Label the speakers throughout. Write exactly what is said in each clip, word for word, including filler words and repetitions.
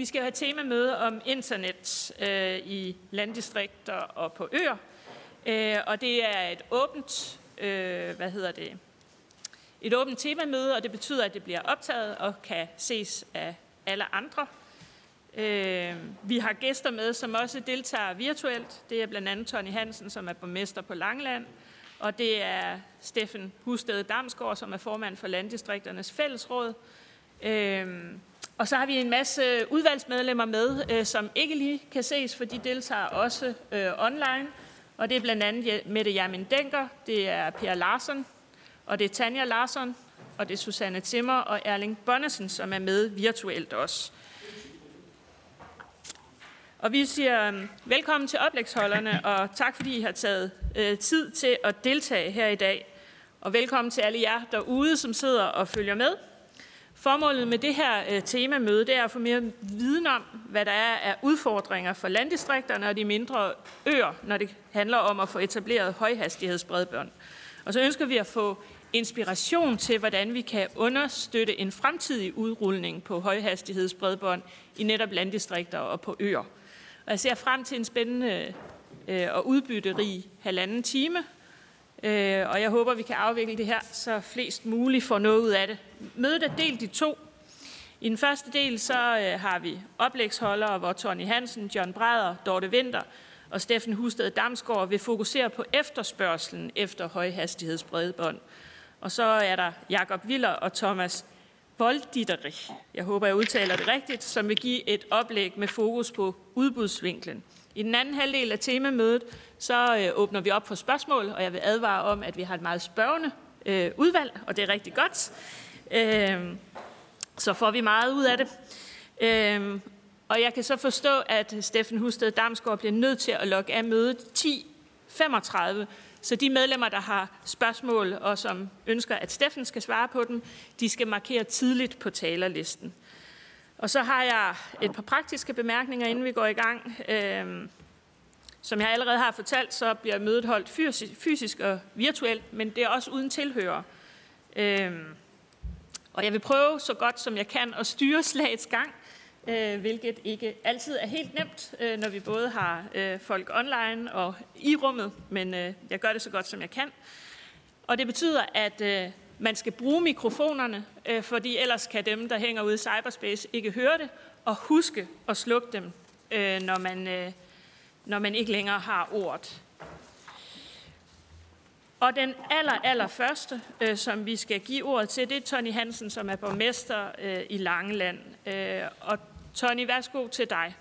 Speaker 1: vi skal have temamøde om internet øh, i landdistrikter og på øer. Øh, og det er et åbent, øh, hvad hedder det, et åbent temamøde, og det betyder, at det bliver optaget og kan ses af alle andre. Øh, vi har gæster med, som også deltager virtuelt. Det er blandt andet Tonni Hansen, som er borgmester på Langeland, og det er Steffen Husted Damsgaard, som er formand for Landdistrikternes Fællesråd. Øh, og så har vi en masse udvalgsmedlemmer med, øh, som ikke lige kan ses, for de deltager også øh, online. Og det er blandt andet Mette Hjermind Dencker, det er Per Larsson, og det er Tanja Larsson, og det er Susanne Zimmer og Erling Bonnesen, som er med virtuelt også. Og vi siger um, velkommen til oplægsholderne, og tak fordi I har taget uh, tid til at deltage her i dag. Og velkommen til alle jer derude, som sidder og følger med. Formålet med det her uh, temamøde, det er at få mere viden om, hvad der er af udfordringer for landdistrikterne og de mindre øer, når det handler om at få etableret højhastighedsbredbånd. Og så ønsker vi at få inspiration til, hvordan vi kan understøtte en fremtidig udrulning på højhastighedsbredbånd i netop landdistrikter og på øer. Og jeg ser frem til en spændende øh, og udbytterig halvanden time, øh, og jeg håber, vi kan afvikle det her, så flest muligt får noget ud af det. Mødet er delt i to. I den første del så øh, har vi oplægsholdere, hvor Tonni Hansen, John Brædder, Dorte Winther og Steffen Husted Damsgaard vil fokusere på efterspørgselen efter højhastighedsbredbånd. Og så er der Jakob Willer og Thomas Volditterich, jeg håber, jeg udtaler det rigtigt, som vil give et oplæg med fokus på udbudsvinklen. I den anden halvdel af temamødet, så øh, åbner vi op for spørgsmål, og jeg vil advare om, at vi har et meget spørgende øh, udvalg, og det er rigtig godt. Øh, så får vi meget ud af det. Øh, og jeg kan så forstå, at Steffen Husted Damsgaard bliver nødt til at logge af mødet ti femogtredive, så de medlemmer, der har spørgsmål og som ønsker, at Steffen skal svare på dem, de skal markere tidligt på talerlisten. Og så har jeg et par praktiske bemærkninger, inden vi går i gang. Øhm, som jeg allerede har fortalt, så bliver mødet holdt fysisk og virtuelt, men det er også uden tilhører. Øhm, og jeg vil prøve så godt som jeg kan at styre slagets gang, øh, hvilket ikke altid er helt nemt, øh, når vi både har øh, folk online og i rummet, men øh, jeg gør det så godt som jeg kan. Og det betyder, at øh, man skal bruge mikrofonerne, øh, fordi ellers kan dem, der hænger ude i cyberspace, ikke høre det, og huske at slukke dem, øh, når, man, øh, når man ikke længere har ordet. Og den aller, aller første, øh, som vi skal give ordet til, det er Tonni Hansen, som er borgmester øh, i Langeland. Øh, og Tonni, værsgo til dig.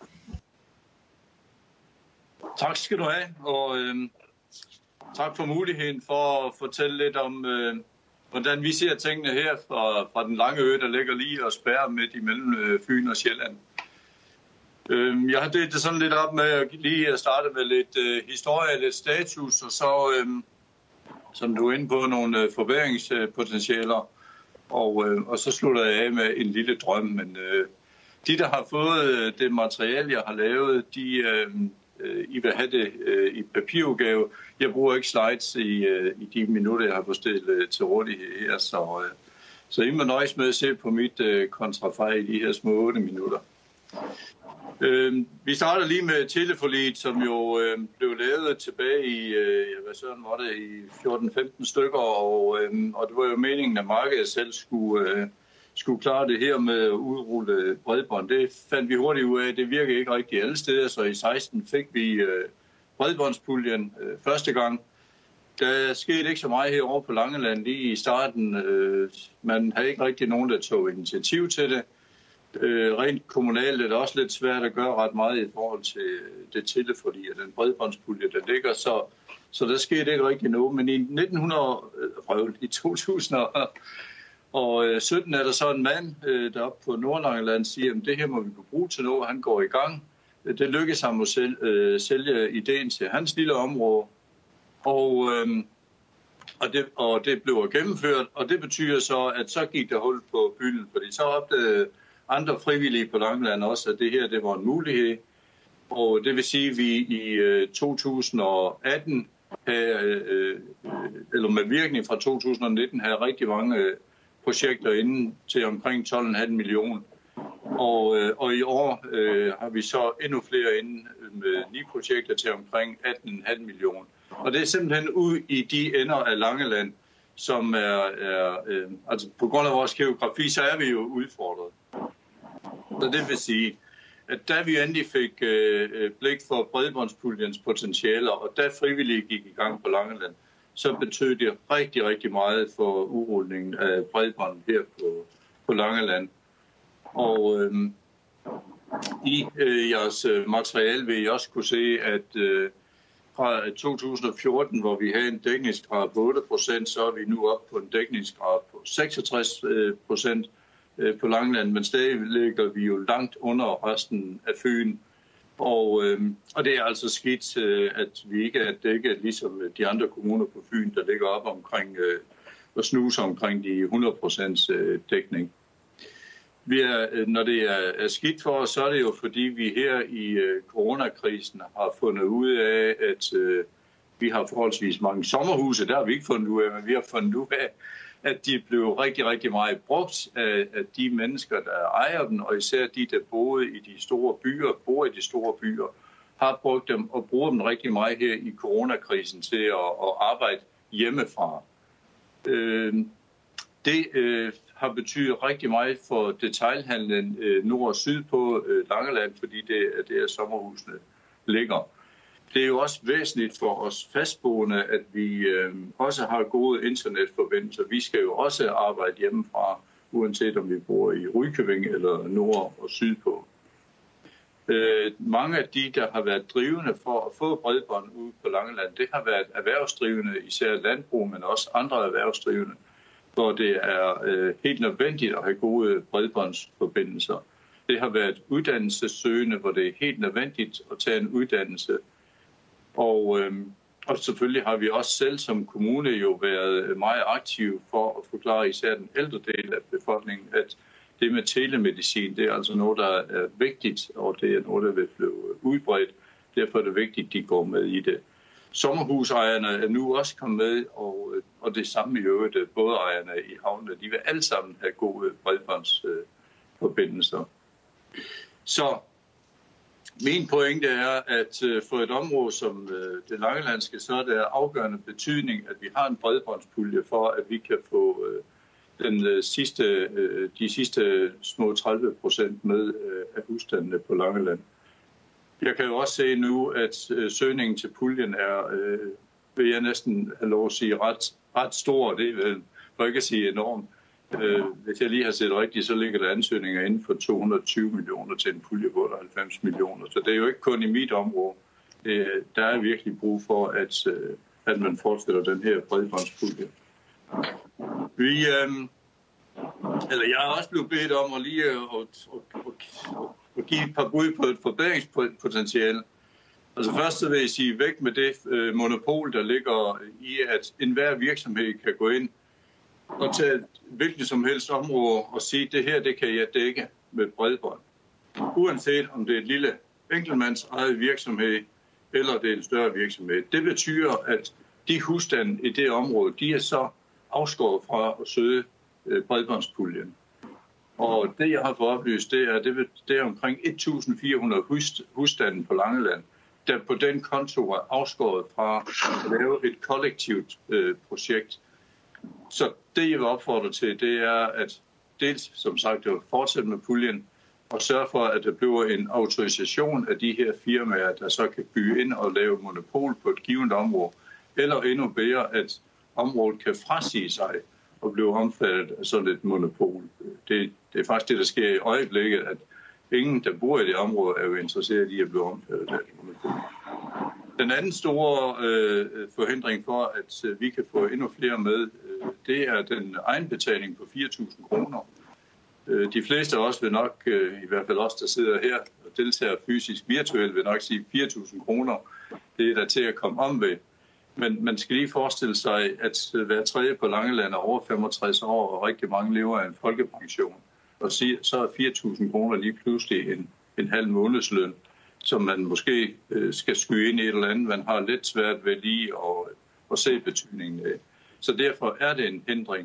Speaker 2: Tak skal du have, og øh, tak for muligheden for at fortælle lidt om, øh, hvordan vi ser tingene her fra, fra den lange ø, der ligger lige og spærrer midt imellem øh, Fyn og Sjælland. Øh, jeg har delt det sådan lidt op med at lige at starte med lidt øh, historie, lidt status, og så, øh, som du er inde på, nogle øh, forbedringspotentialer, og, øh, og så slutter jeg af med en lille drøm. Men øh, de, der har fået det materiale, jeg har lavet, de... Øh, I vil have det øh, i papirudgave. Jeg bruger ikke slides i, øh, i de minutter, jeg har fået stillet til rådighed her, så, øh, så I må nøjes med at se på mit øh, kontrafej i de her små otte minutter. Øh, vi starter lige med teleforliget, som jo øh, blev lavet tilbage i, øh, hvad sådan var det, i fjorten femten stykker, og, øh, og det var jo meningen, at markedet selv skulle... Øh, skulle klare det her med at udrulle bredbånd. Det fandt vi hurtigt ud af. Det virkede ikke rigtig alle steder, så i seksten fik vi øh, bredbåndspuljen øh, første gang. Der skete ikke så meget herovre på Langeland lige i starten. Øh, man havde ikke rigtig nogen, der tog initiativ til det. Øh, rent kommunalt er det også lidt svært at gøre ret meget i forhold til det teleforlig og den bredbåndspulje, der ligger. Så, så der skete ikke rigtig noget. Men i nitten hundrede, øh, i to tusind og sytten er der så en mand, der oppe på Nordlangeland siger, at det her må vi kunne bruge til noget. Han går i gang. Det lykkedes ham at sælge, sælge ideen til hans lille område. Og, og, det, og det blev gennemført, og det betyder så, at så gik der hul på bylden, fordi så opdagede andre frivillige på Langeland også, at det her det var en mulighed. Og det vil sige, at vi i to tusind og atten, havde, eller med virkning fra to tusind og nitten, havde rigtig mange projekter inden til omkring tolv komma fem millioner. Og, øh, og i år øh, har vi så endnu flere inde med nye projekter til omkring atten komma fem millioner. Og det er simpelthen ud i de ender af Langeland, som er, er øh, altså på grund af vores geografi, så er vi jo udfordret. Så det vil sige, at da vi endelig fik øh, blik for bredbåndspuljens potentialer, og da frivillige gik i gang på Langeland, så betød det rigtig, rigtig meget for udrulningen af bredbånd her på, på Langeland. Og øh, i øh, jeres materiale vil I også kunne se, at øh, fra to tusind og fjorten, hvor vi havde en dækningsgrad på otte procent, så er vi nu oppe på en dækningsgrad på seksogtres procent på Langeland, men stadig ligger vi jo langt under resten af Fyn. Og, øh, og det er altså skidt, øh, at vi ikke er dækket ligesom de andre kommuner på Fyn, der ligger op omkring øh, og snuser omkring de hundrede procent øh, dækning. Vi er, når det er, er skidt for os, så er det jo fordi, vi her i øh, coronakrisen har fundet ud af, at øh, vi har forholdsvis mange sommerhuse. Der har vi ikke fundet ud af, men vi har fundet ud af, at de blev rigtig, rigtig meget brugt af, af de mennesker, der ejer dem, og især de, der boede i de store byer, bor i de store byer, har brugt dem og bruger dem rigtig meget her i coronakrisen til at, at arbejde hjemmefra. Øh, det øh, har betydet rigtig meget for detailhandlen øh, nord og syd på øh, Langeland, fordi det er der sommerhusene ligger. Det er jo også væsentligt for os fastboende, at vi øh, også har gode internetforbindelser. Vi skal jo også arbejde hjemmefra, uanset om vi bor i Rykøbing eller nord og sydpå. Øh, mange af de, der har været drivende for at få bredbånd ude på Langeland, det har været erhvervsdrivende, især landbrug, men også andre erhvervsdrivende, hvor det er øh, helt nødvendigt at have gode bredbåndsforbindelser. Det har været uddannelsessøgende, hvor det er helt nødvendigt at tage en uddannelse. Og, øh, og selvfølgelig har vi også selv som kommune jo været meget aktive for at forklare især den ældre del af befolkningen, at det med telemedicin, det er altså noget, der er vigtigt, og det er noget, der vil blive udbredt. Derfor er det vigtigt, at de går med i det. Sommerhusejerne er nu også kommet med, og, og det samme i øvrigt, bådejerne i havnene, de vil alle sammen have gode bredbåndsforbindelser. Så min pointe er, at for et område som det langelandske, så er det afgørende betydning, at vi har en bredbåndspulje for, at vi kan få den sidste, de sidste små tredive procent med af husstandene på Langeland. Jeg kan jo også se nu, at søgningen til puljen er, vil jeg næsten have lov at sige, ret, ret stor. Det er vel, for ikke at sige enormt. Hvis jeg lige har set rigtigt, så ligger der ansøgninger inden for to hundrede og tyve millioner til en pulje på otteoghalvfems millioner. Så det er jo ikke kun i mit område. Der er virkelig brug for, at, at man fortsætter den her bredbåndspulje. Vi, øh, eller jeg er også blevet bedt om at lige at, at, at, at, at give et par bud på et forbedringspotentiale. Altså først så vil jeg sige væk med det øh, monopol, der ligger i, at enhver virksomhed kan gå ind og tage et hvilket som helst område og sige, at det her det kan jeg dække med bredbånd. Uanset om det er et lille enkeltmands eget virksomhed, eller det er en større virksomhed. Det betyder, at de husstande i det område, de er så afskåret fra at søge bredbåndspuljen. Og det, jeg har fået oplyst, det er, det er omkring et tusind fire hundrede husstande på Langeland, der på den konto er afskåret fra at lave et kollektivt øh, projekt. Så det, jeg vil opfordre til, det er at dels, som sagt, at fortsætte med puljen, og sørge for, at der bliver en autorisation af de her firmaer, der så kan bygge ind og lave monopol på et givet område, eller endnu bedre, at området kan frasige sig og blive omfattet af sådan et monopol. Det, det er faktisk det, der sker i øjeblikket, at ingen, der bor i det område, er jo interesseret i at blive omfattet af et monopol. Den anden store øh, forhindring for, at øh, vi kan få endnu flere med, øh, det er den egenbetaling på fire tusind kroner. Øh, de fleste af os vil nok, øh, i hvert fald os, der sidder her og deltager fysisk virtuelt, vil nok sige fire tusind kroner. Det er der til at komme om ved. Men man skal lige forestille sig, at hver tredje på Langeland er over femogtres år, og rigtig mange lever af en folkepension. Og så er fire tusind kroner lige pludselig en, en halv månedsløn, som man måske øh, skal skyde ind i et eller andet. Man har lidt svært ved lige at, at se betydningen af. Så derfor er det en hindring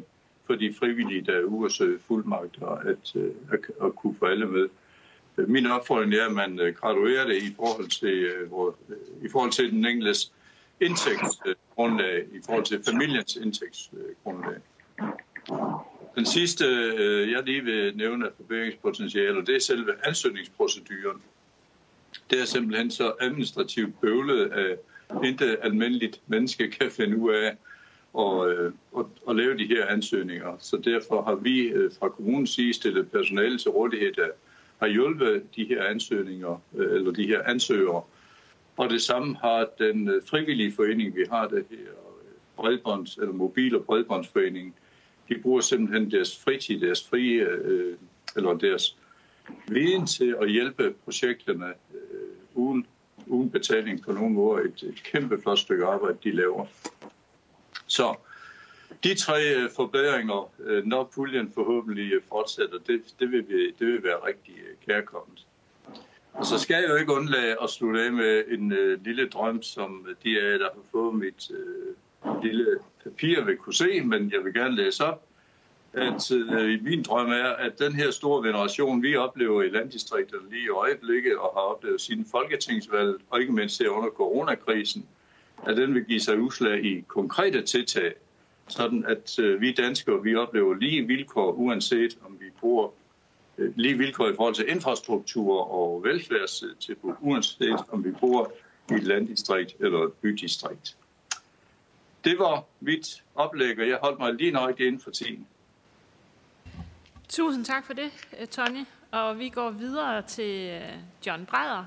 Speaker 2: for de frivillige, der er ude og søge fuldmagter, at, at, at kunne få alle med. Min opfordring er, at man graduerer det i forhold til, i forhold til den enkeltes indtægtsgrundlag, i forhold til familiens indtægtsgrundlag. Den sidste, jeg lige vil nævne af forbedringspotentialer, det er selve ansøgningsproceduren. Det er simpelthen så administrativt bøvlet, at intet almindeligt menneske kan finde ud af at, at, at lave de her ansøgninger. Så derfor har vi fra kommunens side stillet personale til rådighed, der har hjulpet de her ansøgninger, eller de her ansøgere. Og det samme har den frivillige forening, vi har det her, bredbånds, eller mobil- og bredbåndsforeningen. De bruger simpelthen deres fritid, deres frie, eller deres viden til at hjælpe projekterne uden, uden betaling på nogen måde. Et, et kæmpe flot stykke arbejde, de laver. Så de tre forbedringer, når puljen forhåbentlig fortsætter, det, det, vil, vi, det vil være rigtig kærkomment. Og så skal jeg jo ikke undlade at slutte af med en uh, lille drøm, som de af jer, der har fået mit uh, lille papir, vil kunne se, men jeg vil gerne læse op. At uh, min drøm er, at den her store veneration, vi oplever i landdistrikterne lige i øjeblikket, og har oplevet siden folketingsvalget, og ikke mindst her under coronakrisen, at den vil give sig udslag i konkrete tiltag, sådan at uh, vi danskere, vi oplever lige vilkår, uanset om vi bruger lige vilkår i forhold til infrastruktur og velfærdstilbud, uanset om vi bor i et landdistrikt eller et bydistrikt. Det var mit oplæg, og jeg holdt mig lige nøjagtigt inden for tiden.
Speaker 1: Tusind tak for det, Tony. Og vi går videre til John Brædder,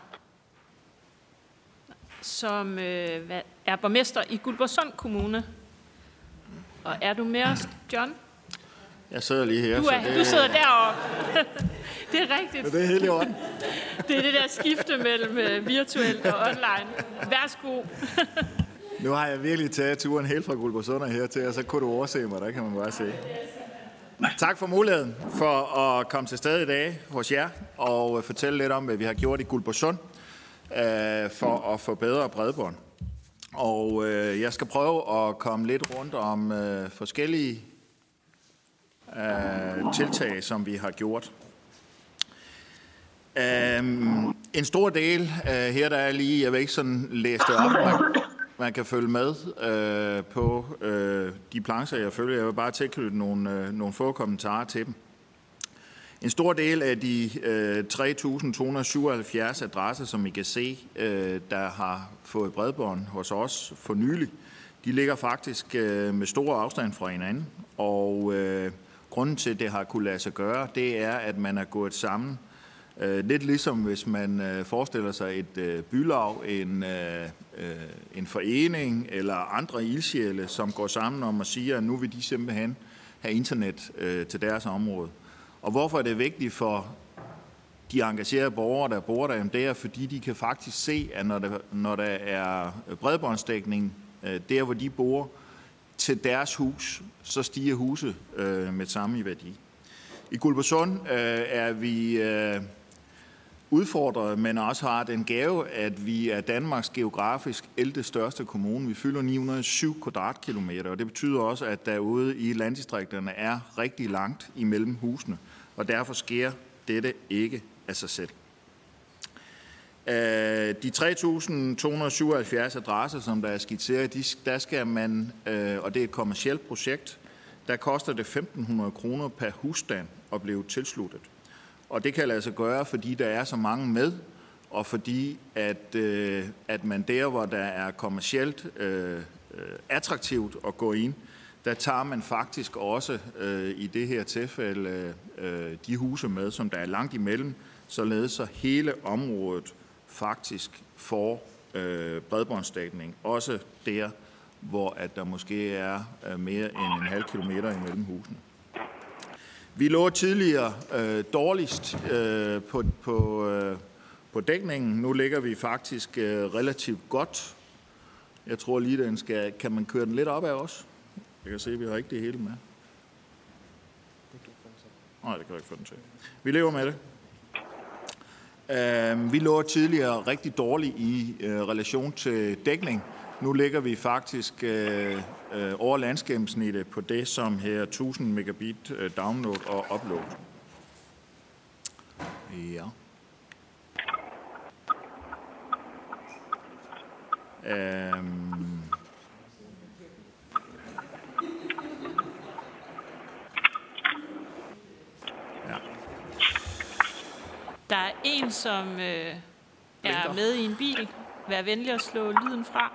Speaker 1: som er borgmester i Guldborgsund Kommune. Og er du med os, John?
Speaker 3: Jeg sidder lige her.
Speaker 1: Du, er,
Speaker 3: det...
Speaker 1: du sidder deroppe. Det er rigtigt.
Speaker 3: Det er helt i orden.
Speaker 1: Det er det der skifte mellem virtuelt og online. Værsgo.
Speaker 3: Nu har jeg virkelig taget turen helt fra Guldborgsund her til, og så kunne du overse mig, der kan man bare se. Tak for muligheden for at komme til stede i dag hos jer og fortælle lidt om, hvad vi har gjort i Guldborgsund for at forbedre bredbånd. Og jeg skal prøve at komme lidt rundt om forskellige tiltag, som vi har gjort. Um, en stor del uh, her, der er lige, jeg vil ikke sådan læse det op, man, man kan følge med uh, på uh, de plancher, jeg følger. Jeg vil bare tilknytte nogle, uh, nogle få kommentarer til dem. En stor del af de uh, tre tusind to hundrede syvoghalvfjerds adresser, som I kan se, uh, der har fået bredbånd hos os for nylig, de ligger faktisk uh, med stor afstand fra hinanden, og uh, grunden til, at det har kunne lade sig gøre, det er, at man er gået sammen. Uh, lidt ligesom hvis man uh, forestiller sig et uh, bylag, en, uh, uh, en forening eller andre ildsjæle, som går sammen om at sige, at nu vil de simpelthen have internet uh, til deres område. Og hvorfor er det vigtigt for de engagerede borgere, der bor der? Det er, fordi de kan faktisk se, at når der, når der er bredbåndsdækning uh, der, hvor de bor, til deres hus, så stiger huset øh, med samme i værdi. I Guldborgsund øh, er vi øh, udfordret, men også har den gave, at vi er Danmarks geografisk ellevte største kommune. Vi fylder ni hundrede og syv kvadratkilometer, og det betyder også, at derude i landdistrikterne er rigtig langt imellem husene, og derfor sker dette ikke af sig selv. De tre tusind to hundrede syvoghalvfjerds adresser, som der er skitseret, der skal man, og det er et kommercielt projekt, der koster det femten hundrede kroner per husstand at blive tilsluttet. Og det kan lade sig gøre, fordi der er så mange med, og fordi at, at man der, hvor der er kommercielt øh, attraktivt at gå ind, der tager man faktisk også øh, i det her tilfælde øh, de huse med, som der er langt imellem, således så hele området faktisk får øh, bredbåndsdækning, også der, hvor at der måske er øh, mere end en halv kilometer imellem husene. Vi lå tidligere øh, dårligst øh, på, på, øh, på dækningen. Nu ligger vi faktisk øh, relativt godt. Jeg tror lige, den skal, kan man køre den lidt op af os? Jeg kan se, at vi har ikke det hele med. Nej, det kan jeg ikke få den til. Vi lever med det. Uh, vi lå tidligere rigtig dårligt i uh, relation til dækning, Nu ligger vi faktisk øh, øh, over landsgennemsnittet på det, som her tusind megabit øh, download og upload. Ja. Øhm. Ja.
Speaker 1: Der er en, som øh, er med i en bil. Vær venlig at slå lyden fra.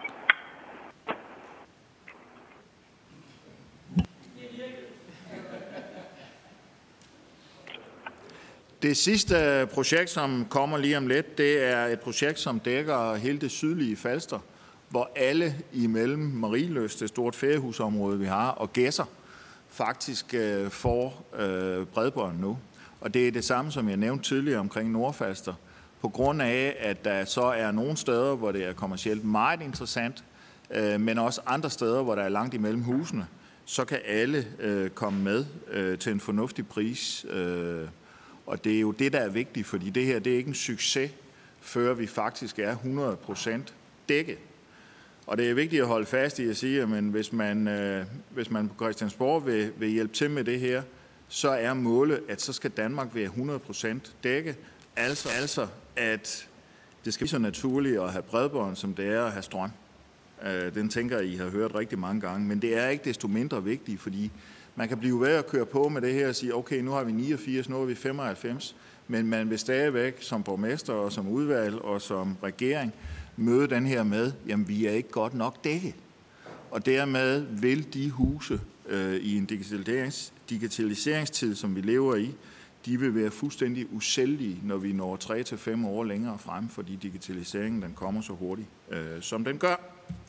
Speaker 3: Det sidste projekt, som kommer lige om lidt, det er et projekt, som dækker hele det sydlige Falster, hvor alle imellem Marieløs, det stort feriehusområde, vi har, og Gedser, faktisk øh, får øh, bredbånd nu. Og det er det samme, som jeg nævnte tidligere omkring Nordfalster. På grund af, at der så er nogle steder, hvor det er kommercielt meget interessant, øh, men også andre steder, hvor der er langt imellem husene, så kan alle øh, komme med øh, til en fornuftig pris. Øh, og det er jo det, der er vigtigt, fordi det her det er ikke en succes, før vi faktisk er hundrede procent dækket. Og det er vigtigt at holde fast i at sige, at hvis man, øh, hvis man på Christiansborg vil, vil hjælpe til med det her, så er målet, at så skal Danmark være hundrede procent dækket. Altså, altså, at det skal blive så naturligt at have bredbånd, som det er at have strøm. Øh, den tænker I har hørt rigtig mange gange, men det er ikke desto mindre vigtigt, fordi man kan blive ved at køre på med det her og sige, okay, nu har vi niogfirs, nu har vi femoghalvfems, men man vil stadigvæk som borgmester og som udvalg og som regering møde den her med, jamen vi er ikke godt nok dækket. Og dermed vil de huse øh, i en digitaliserings, digitaliseringstid, som vi lever i, de vil være fuldstændig usælgelige, når vi når tre til fem år længere frem, fordi digitaliseringen den kommer så hurtigt, øh, som den gør.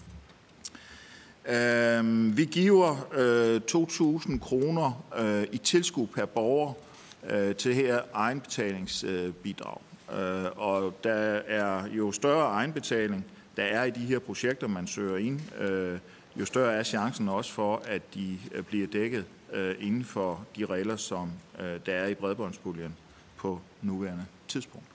Speaker 3: Øh, vi giver øh, to tusind kroner øh, i tilskud per borger øh, til her egenbetalingsbidrag. Øh, og der er jo større egenbetaling, der er i de her projekter, man søger ind, øh, jo større er chancen også for, at de bliver dækket øh, inden for de regler, som øh, der er i bredbåndspuljen på nuværende tidspunkt.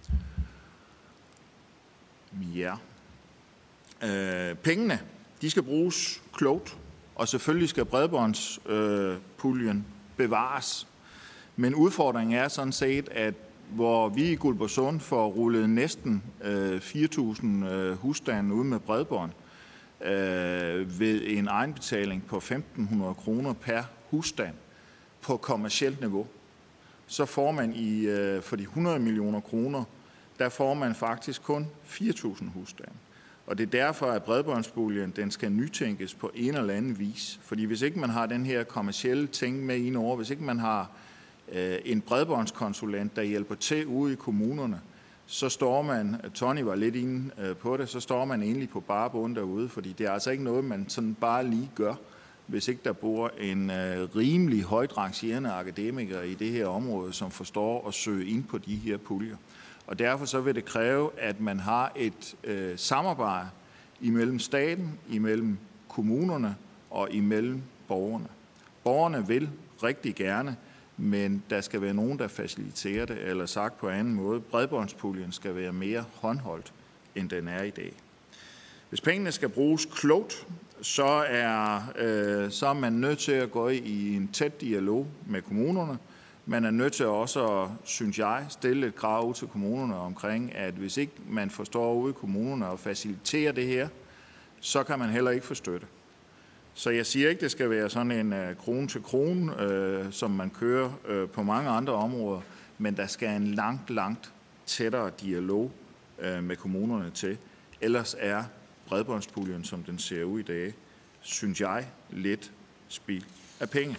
Speaker 3: Ja. Øh, pengene, de skal bruges klogt, og selvfølgelig skal bredbåndspuljen øh, bevares. Men udfordringen er sådan set, at hvor vi i Guldborgsund får rullet næsten øh, fire tusind øh, husstande ud med bredbånd, øh, ved en egenbetaling på femten hundrede kroner per husstand på kommercielt niveau, så får man i, øh, for de hundrede millioner kroner, der får man faktisk kun fire tusind husstande. Og det er derfor, at bredbåndspuljen den skal nytænkes på en eller anden vis. Fordi hvis ikke man har den her kommercielle ting med ind over, hvis ikke man har øh, en bredbåndskonsulent, der hjælper til ude i kommunerne, så står man, Tony var lidt inde på det, så står man egentlig på bare bund derude, fordi det er altså ikke noget, man sådan bare lige gør, hvis ikke der bor en øh, rimelig højt rangerende akademiker i det her område, som forstår at søge ind på de her puljer. Og derfor så vil det kræve, at man har et øh, samarbejde imellem staten, imellem kommunerne og imellem borgerne. Borgerne vil rigtig gerne, men der skal være nogen, der faciliterer det, eller sagt på anden måde, bredbåndspuljen skal være mere håndholdt, end den er i dag. Hvis pengene skal bruges klogt, så er, øh, så er man nødt til at gå i en tæt dialog med kommunerne. Man er nødt til også, synes jeg, stille et krav til kommunerne omkring, at hvis ikke man forstår ude i kommunerne og faciliterer det her, så kan man heller ikke få støtte. Så jeg siger ikke, det skal være sådan en uh, krone til krone, uh, som man kører uh, på mange andre områder, men der skal en langt, langt tættere dialog uh, med kommunerne til. Ellers er bredbåndspuljen, som den ser ud i dag, synes jeg, lidt spild af penge.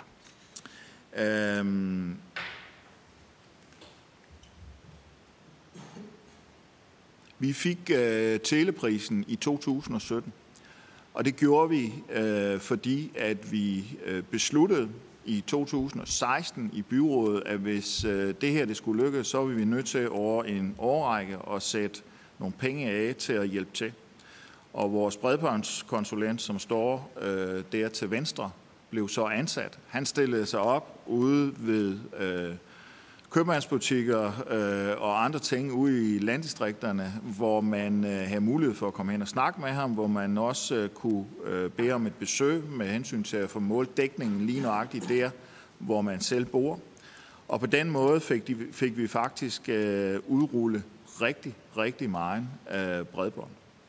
Speaker 3: Um, vi fik uh, teleprisen i to tusind og sytten. Og det gjorde vi, øh, fordi at vi øh, besluttede i to tusind og seksten i byrådet, at hvis øh, det her det skulle lykkes, så var vi nødt til over en årrække at sætte nogle penge af til at hjælpe til. Og vores bredbåndskonsulent, som står øh, der til venstre, blev så ansat. Han stillede sig op ude ved øh, købmandsbutikker øh, og andre ting ude i landdistrikterne, hvor man øh, havde mulighed for at komme hen og snakke med ham, hvor man også øh, kunne øh, bede om et besøg med hensyn til at få målt dækningen lige nøjagtigt der, hvor man selv bor. Og på den måde fik, de, fik vi faktisk øh, udrullet rigtig, rigtig meget øh, bredbånd.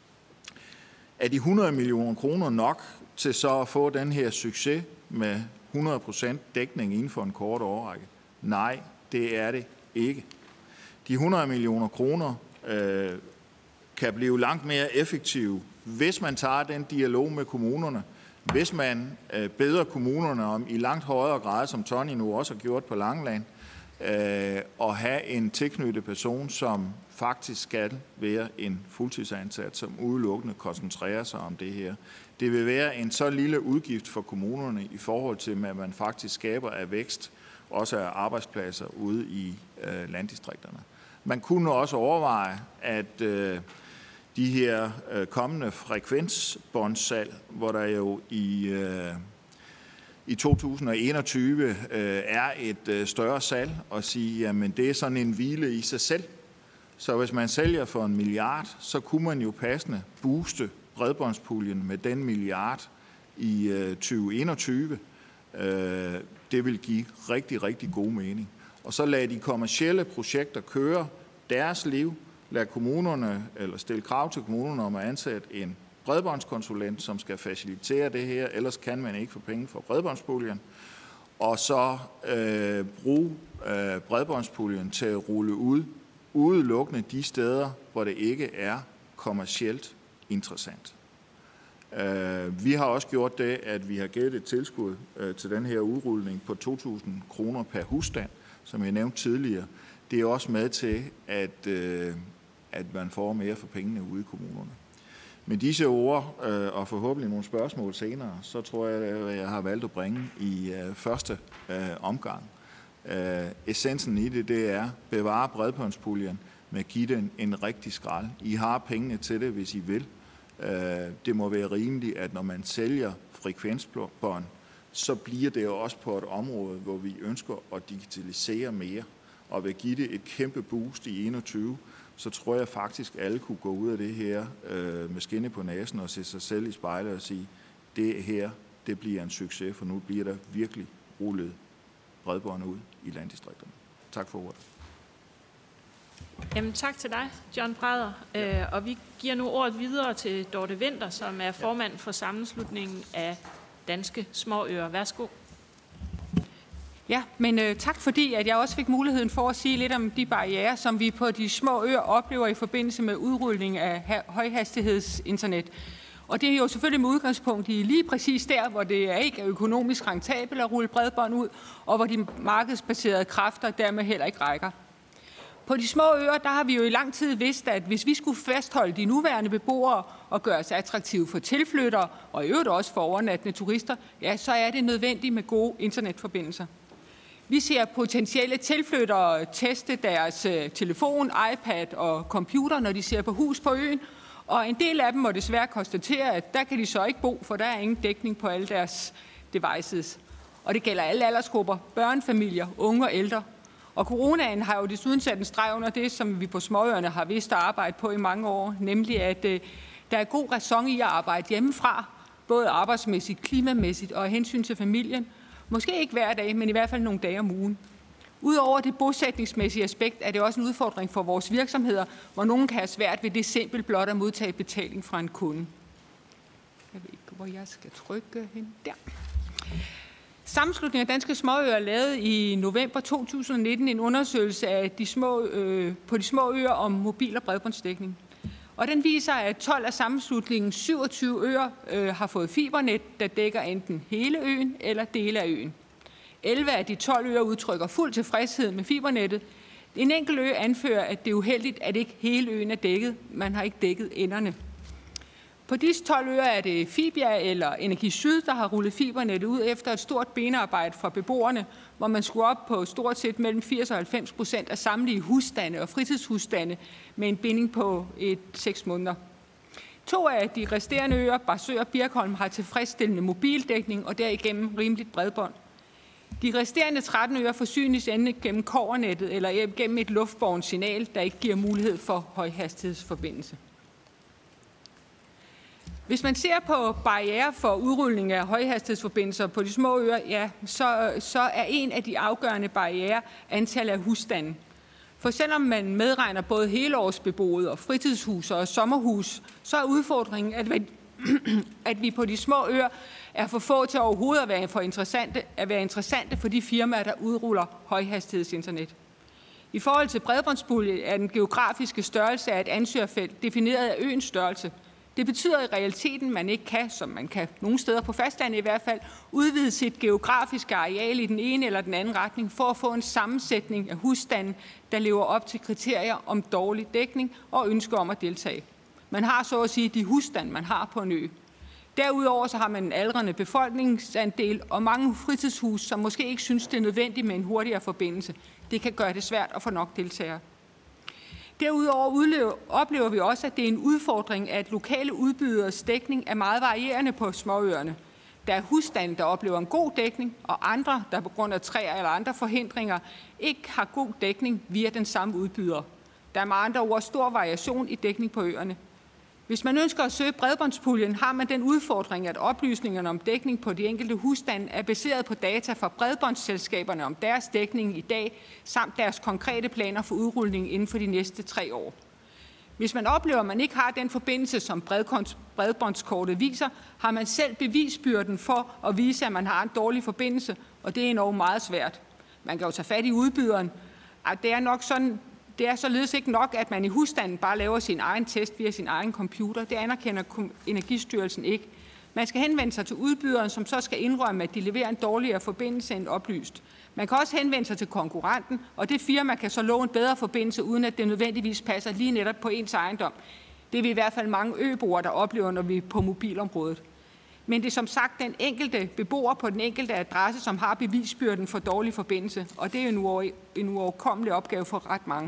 Speaker 3: Er de hundrede millioner kroner nok til så at få den her succes med hundrede procent dækning inden for en kort årrække? Nej, det er det ikke. De hundrede millioner kroner øh, kan blive langt mere effektive, hvis man tager den dialog med kommunerne, hvis man øh, beder kommunerne om i langt højere grad, som Tony nu også har gjort på Langeland, øh, at have en tilknyttet person, som faktisk skal være en fuldtidsansat, som udelukkende koncentrerer sig om det her. Det vil være en så lille udgift for kommunerne i forhold til, at man faktisk skaber af vækst, også af arbejdspladser ude i øh, landdistrikterne. Man kunne også overveje, at øh, de her øh, kommende frekvensbåndssalg, hvor der jo i, øh, i to tusind og enogtyve øh, er et øh, større salg, og sige, at det er sådan en hvile i sig selv. Så hvis man sælger for en milliard, så kunne man jo passende booste bredbåndspuljen med den milliard i øh, tyve enogtyve. Øh, det vil give rigtig, rigtig god mening. Og så lad de kommercielle projekter køre deres liv. Lad kommunerne, eller stille krav til kommunerne om at ansætte en bredbåndskonsulent, som skal facilitere det her. Ellers kan man ikke få penge for bredbåndspuljen. Og så øh, bruge øh, bredbåndspuljen til at rulle ud, udelukkende de steder, hvor det ikke er kommercielt interessant. Vi har også gjort det, at vi har givet et tilskud til den her udrulning på to tusind kroner per husstand, som jeg nævnte tidligere. Det er også med til, at, at man får mere for pengene ude i kommunerne. Med disse ord, og forhåbentlig nogle spørgsmål senere, så tror jeg, at jeg har valgt at bringe i første omgang. Essensen i det, det er bevare bredbåndspuljen, men give den en rigtig skrald. I har pengene til det, hvis I vil. Det må være rimeligt, at når man sælger frekvensbånd, så bliver det jo også på et område, hvor vi ønsker at digitalisere mere, og vil give det et kæmpe boost i enogtyve, så tror jeg faktisk, at alle kunne gå ud af det her med skinne på næsen og se sig selv i spejlet og sige, det her, det bliver en succes, for nu bliver der virkelig rullet bredbånd ud i landdistrikterne. Tak for ordet.
Speaker 1: Jamen, tak til dig, John Brædder. Ja. Øh, og vi giver nu ordet videre til Dorte Winther, som er formand for sammenslutningen af danske småøer. Værsgo.
Speaker 4: Ja, men øh, tak fordi, at jeg også fik muligheden for at sige lidt om de barrierer, som vi på de små øer oplever i forbindelse med udrulning af højhastighedsinternet. Og det er jo selvfølgelig med udgangspunkt i lige præcis der, hvor det er ikke er økonomisk rentabelt at rulle bredbånd ud, og hvor de markedsbaserede kræfter dermed heller ikke rækker. På de små øer, der har vi jo i lang tid vidst, at hvis vi skulle fastholde de nuværende beboere og gøre os attraktive for tilflyttere, og i øvrigt også for overnattende turister, ja, så er det nødvendigt med gode internetforbindelser. Vi ser potentielle tilflyttere teste deres telefon, iPad og computer, når de ser på hus på øen, og en del af dem må desværre konstatere, at der kan de så ikke bo, for der er ingen dækning på alle deres devices. Og det gælder alle aldersgrupper, børnefamilier, unge og ældre. Og coronaen har jo desuden sat en streg under det, som vi på småøerne har vidst at arbejde på i mange år, nemlig at øh, der er god ræson i at arbejde hjemmefra, både arbejdsmæssigt, klimamæssigt og af hensyn til familien. Måske ikke hver dag, men i hvert fald nogle dage om ugen. Udover det bosætningsmæssige aspekt er det også en udfordring for vores virksomheder, hvor nogen kan have svært ved det simpelt blot at modtage betaling fra en kunde. Jeg ved ikke, hvor jeg skal trykke hen. Der. Sammenslutningen af danske småøer lavede i november to tusind og nitten en undersøgelse af de små, øh, på de små øer om mobil- og bredbåndsdækning. Og den viser, at tolv af sammenslutningens syvogtyve øer øh, har fået fibernet, der dækker enten hele øen eller dele af øen. elleve af de tolv øer udtrykker fuld tilfredshed med fibernettet. En enkelt ø anfører, at det er uheldigt, at ikke hele øen er dækket. Man har ikke dækket enderne. På disse tolv øer er det Fibia eller Energi Syd, der har rullet fibernettet ud efter et stort benarbejde fra beboerne, hvor man skulle op på stort set mellem firs og halvfems procent af samtlige husstande og fritidshusstande med en binding på et seks måneder. To af de resterende øer, Barsø og Birkholm, har tilfredsstillende mobildækning og derigennem rimeligt bredbånd. De resterende tretten øer forsynes enten gennem kobbernettet eller gennem et luftbårent signal, der ikke giver mulighed for højhastighedsforbindelse. Hvis man ser på barrierer for udrulning af højhastighedsforbindelser på de små øer, ja, så, så er en af de afgørende barrierer antallet af husstande. For selvom man medregner både helårsbeboede og fritidshus og sommerhus, så er udfordringen, at, at vi på de små øer er for få til overhovedet at være, for interessante, at være interessante for de firmaer, der udruller højhastighedsinternet. I forhold til bredbåndspulje er den geografiske størrelse af et ansøgerfelt defineret af øens størrelse. Det betyder i realiteten, at man ikke kan, som man kan nogle steder på fastlandet i hvert fald, udvide sit geografiske areal i den ene eller den anden retning for at få en sammensætning af husstande, der lever op til kriterier om dårlig dækning og ønsker om at deltage. Man har så at sige de husstande, man har på en ø. Derudover så har man en aldrende befolkningsandel og mange fritidshus, som måske ikke synes, det er nødvendigt med en hurtigere forbindelse. Det kan gøre det svært at få nok deltagere. Derudover oplever vi også, at det er en udfordring, at lokale udbyderes dækning er meget varierende på småøerne. Der er husstande, der oplever en god dækning, og andre, der på grund af træer eller andre forhindringer, ikke har god dækning via den samme udbyder. Der er med andre ord stor variation i dækning på øerne. Hvis man ønsker at søge bredbåndspuljen, har man den udfordring, at oplysningerne om dækning på de enkelte husstande er baseret på data fra bredbåndsselskaberne om deres dækning i dag, samt deres konkrete planer for udrulning inden for de næste tre år. Hvis man oplever, at man ikke har den forbindelse, som bredbåndskortet viser, har man selv bevisbyrden for at vise, at man har en dårlig forbindelse, og det er endnu meget svært. Man kan jo tage fat i udbyderen. Det er nok sådan, Det er således ikke nok, at man i husstanden bare laver sin egen test via sin egen computer. Det anerkender Energistyrelsen ikke. Man skal henvende sig til udbyderen, som så skal indrømme, at de leverer en dårligere forbindelse end oplyst. Man kan også henvende sig til konkurrenten, og det firma kan så love en bedre forbindelse, uden at det nødvendigvis passer lige netop på ens ejendom. Det er vi i hvert fald mange øboere, der oplever, når vi er på mobilområdet. Men det er som sagt den enkelte beboer på den enkelte adresse, som har bevisbyrden for dårlig forbindelse, og det er jo en uoverkommelig opgave for ret mange.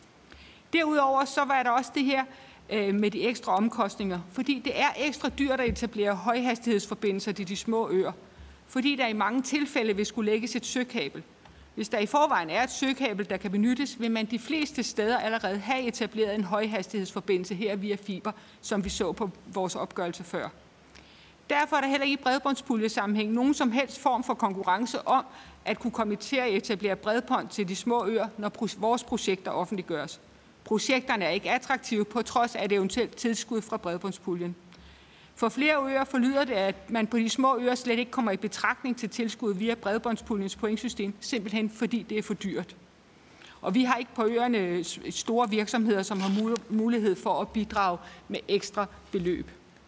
Speaker 4: Derudover så var der også det her øh, med de ekstra omkostninger, fordi det er ekstra dyrt at etablere højhastighedsforbindelser til de små øer, fordi der i mange tilfælde vil skulle lægges et søkabel. Hvis der i forvejen er et søkabel, der kan benyttes, vil man de fleste steder allerede have etableret en højhastighedsforbindelse her via fiber, som vi så på vores opgørelse før. Derfor er der heller ikke i bredbåndspuljesammenhæng nogen som helst form for konkurrence om at kunne komme til at etablere bredbånd til de små øer, når vores projekter offentliggøres. Projekterne er ikke attraktive på trods af et eventuelt tilskud fra bredbåndspuljen. For flere øer forlyder det, at man på de små øer slet ikke kommer i betragtning til tilskud via bredbåndspuljens pointsystem, simpelthen fordi det er for dyrt. Og vi har ikke på øerne store virksomheder, som har mulighed for at bidrage med ekstra beløb.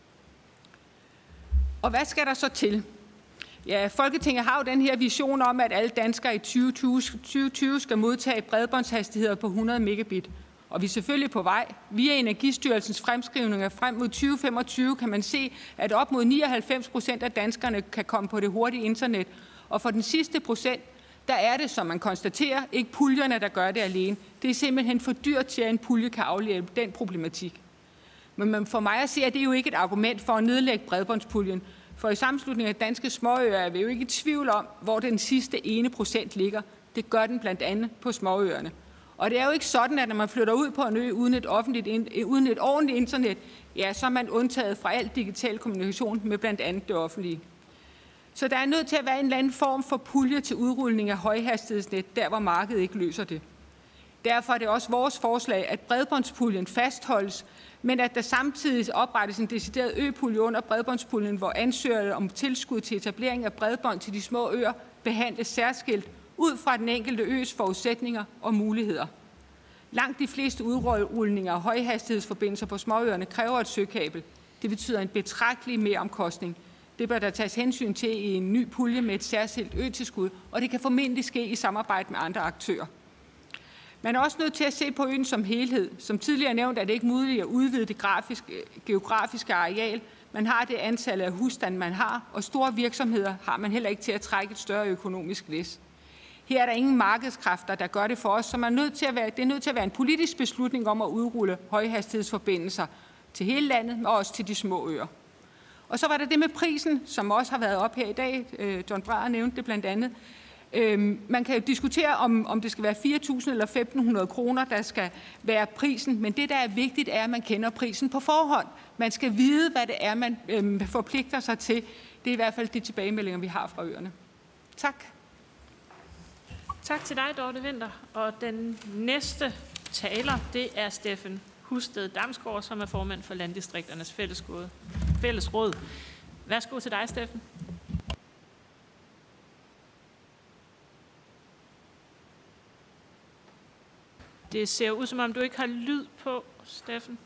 Speaker 4: Og hvad skal der så til? Ja, Folketinget har jo den her vision om, at alle danskere i tyve tyve skal modtage bredbåndshastigheder på hundrede megabit. Og vi er selvfølgelig på vej. Via Energistyrelsens fremskrivninger frem mod tyve femogtyve kan man se, at op mod nioghalvfems procent af danskerne kan komme på det hurtige internet. Og for den sidste procent, der er det, som man konstaterer, ikke puljerne, der gør det alene. Det er simpelthen for dyrt til, at en pulje kan afhjælpe den problematik. Men for mig at se, at det jo ikke et argument for at nedlægge bredbåndspuljen. For i sammenslutningen af danske småøer er vi jo ikke i tvivl om, hvor den sidste ene procent ligger. Det gør den blandt andet på småøerne. Og det er jo ikke sådan, at når man flytter ud på en ø uden et, offentligt, uden et ordentligt internet, ja, så er man undtaget fra al digital kommunikation med blandt andet det offentlige. Så der er nødt til at være en eller anden form for pulje til udrulning af højhastighedsnet, der hvor markedet ikke løser det. Derfor er det også vores forslag, at bredbåndspuljen fastholdes, men at der samtidig oprettes en decideret øpulje under bredbåndspuljen, hvor ansøgere om tilskud til etablering af bredbånd til de små øer behandles særskilt ud fra den enkelte øs forudsætninger og muligheder. Langt de fleste udrulninger af højhastighedsforbindelser på småøerne kræver et søkabel. Det betyder en betragtelig meromkostning. Det bør der tages hensyn til i en ny pulje med et særskilt øtilskud, og det kan formentlig ske i samarbejde med andre aktører. Man er også nødt til at se på øen som helhed. Som tidligere nævnt er det ikke muligt at udvide det grafiske, geografiske areal. Man har det antal af husstande, man har, og store virksomheder har man heller ikke til at trække et større økonomisk læs. Her er der ingen markedskræfter, der gør det for os, så man er nødt til at være, det er nødt til at være en politisk beslutning om at udrulle højhastighedsforbindelser til hele landet, men også til de små øer. Og så var der det med prisen, som også har været op her i dag. John Braher nævnte det blandt andet. Øhm, man kan jo diskutere, om, om det skal være fire tusind eller femten hundrede kroner, der skal være prisen, men det, der er vigtigt, er, at man kender prisen på forhånd. Man skal vide, hvad det er, man øhm, forpligter sig til. Det er i hvert fald de tilbagemeldinger, vi har fra øerne. Tak.
Speaker 1: Tak til dig, Dorte Winther. Og den næste taler, det er Steffen Husted Damsgaard, som er formand for Landdistrikternes Fællesråd. Værsgo til dig, Steffen. Det ser ud, som om du ikke har lyd på, Steffen.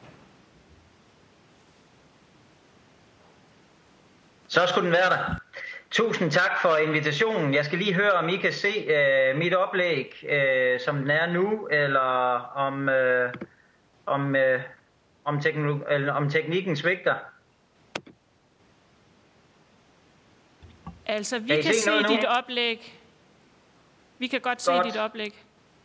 Speaker 5: Så skulle den være der. Tusind tak for invitationen. Jeg skal lige høre, om I kan se øh, mit oplæg, øh, som den er nu, eller om, øh, om, øh, om, tekno- eller om teknikken svigter.
Speaker 1: Altså, vi
Speaker 5: kan,
Speaker 1: kan
Speaker 5: se,
Speaker 1: se dit nu? oplæg. Vi kan godt, godt se dit oplæg.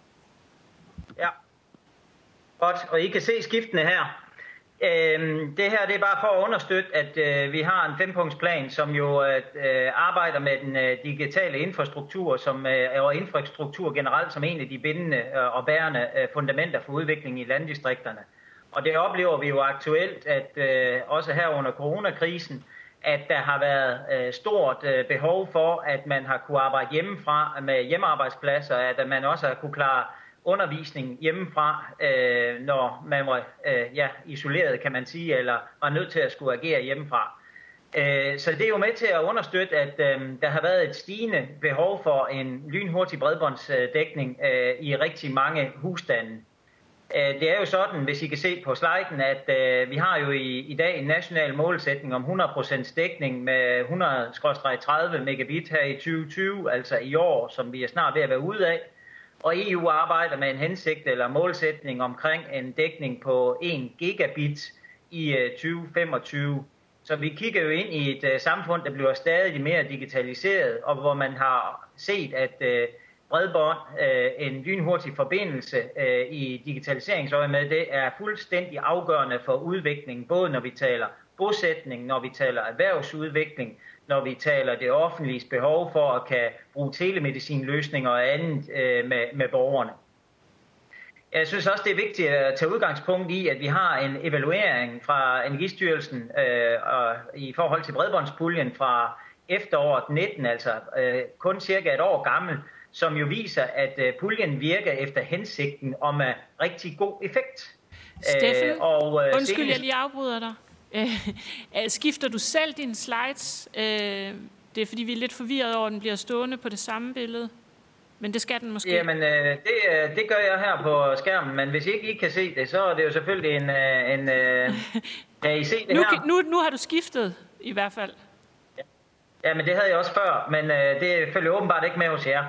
Speaker 5: Ja, godt. Og I kan se skiftene her. Øhm, det her det er bare for at understøtte, at øh, vi har en fempunktsplan, som jo øh, arbejder med den øh, digitale infrastruktur som, øh, og infrastruktur generelt som en af de bindende øh, og bærende øh, fundamenter for udvikling i landdistrikterne. Og det oplever vi jo aktuelt, at øh, også her under coronakrisen, at der har været øh, stort øh, behov for, at man har kunne arbejde hjemmefra med hjemmearbejdspladser, at man også har kunne klare undervisning hjemmefra, øh, når man var øh, ja, isoleret, kan man sige, eller var nødt til at skulle agere hjemmefra. Øh, så det er jo med til at understøtte, at øh, der har været et stigende behov for en lynhurtig bredbåndsdækning øh, i rigtig mange husstande. Øh, det er jo sådan, hvis I kan se på sliden, at øh, vi har jo i, i dag en national målsætning om hundrede procent dækning med hundrede til tredive megabit her i tyve tyve, altså i år, som vi er snart ved at være ude af. Og E U arbejder med en hensigt eller målsætning omkring en dækning på en gigabit i tyve femogtyve. Så vi kigger jo ind i et uh, samfund, der bliver stadig mere digitaliseret, og hvor man har set, at uh, bredbånd, uh, en lynhurtig forbindelse uh, i digitaliseringsøje med, det er fuldstændig afgørende for udviklingen, både når vi taler bosætning, når vi taler erhvervsudvikling, når vi taler det offentlige behov for at kan bruge telemedicinløsninger og andet øh, med, med borgerne. Jeg synes også, det er vigtigt at tage udgangspunkt i, at vi har en evaluering fra Energistyrelsen øh, og i forhold til bredbåndspuljen fra efteråret nitten, altså øh, kun cirka et år gammel, som jo viser, at øh, puljen virker efter hensigten og med rigtig god effekt.
Speaker 1: Steffen, øh, og, øh, undskyld, senest... jeg lige afbryder dig. Øh, skifter du selv dine slides? Øh, det er fordi, vi er lidt forvirret over, at den bliver stående på det samme billede. Men det skal den måske.
Speaker 5: Jamen, øh, det, det gør jeg her på skærmen. Men hvis I ikke I kan se det, så er det jo selvfølgelig en... en øh, kan I se det
Speaker 1: nu,
Speaker 5: her?
Speaker 1: Nu, nu har du skiftet, i hvert fald.
Speaker 5: Ja, ja, men det havde jeg også før. Men øh, det følger åbenbart ikke med hos jer.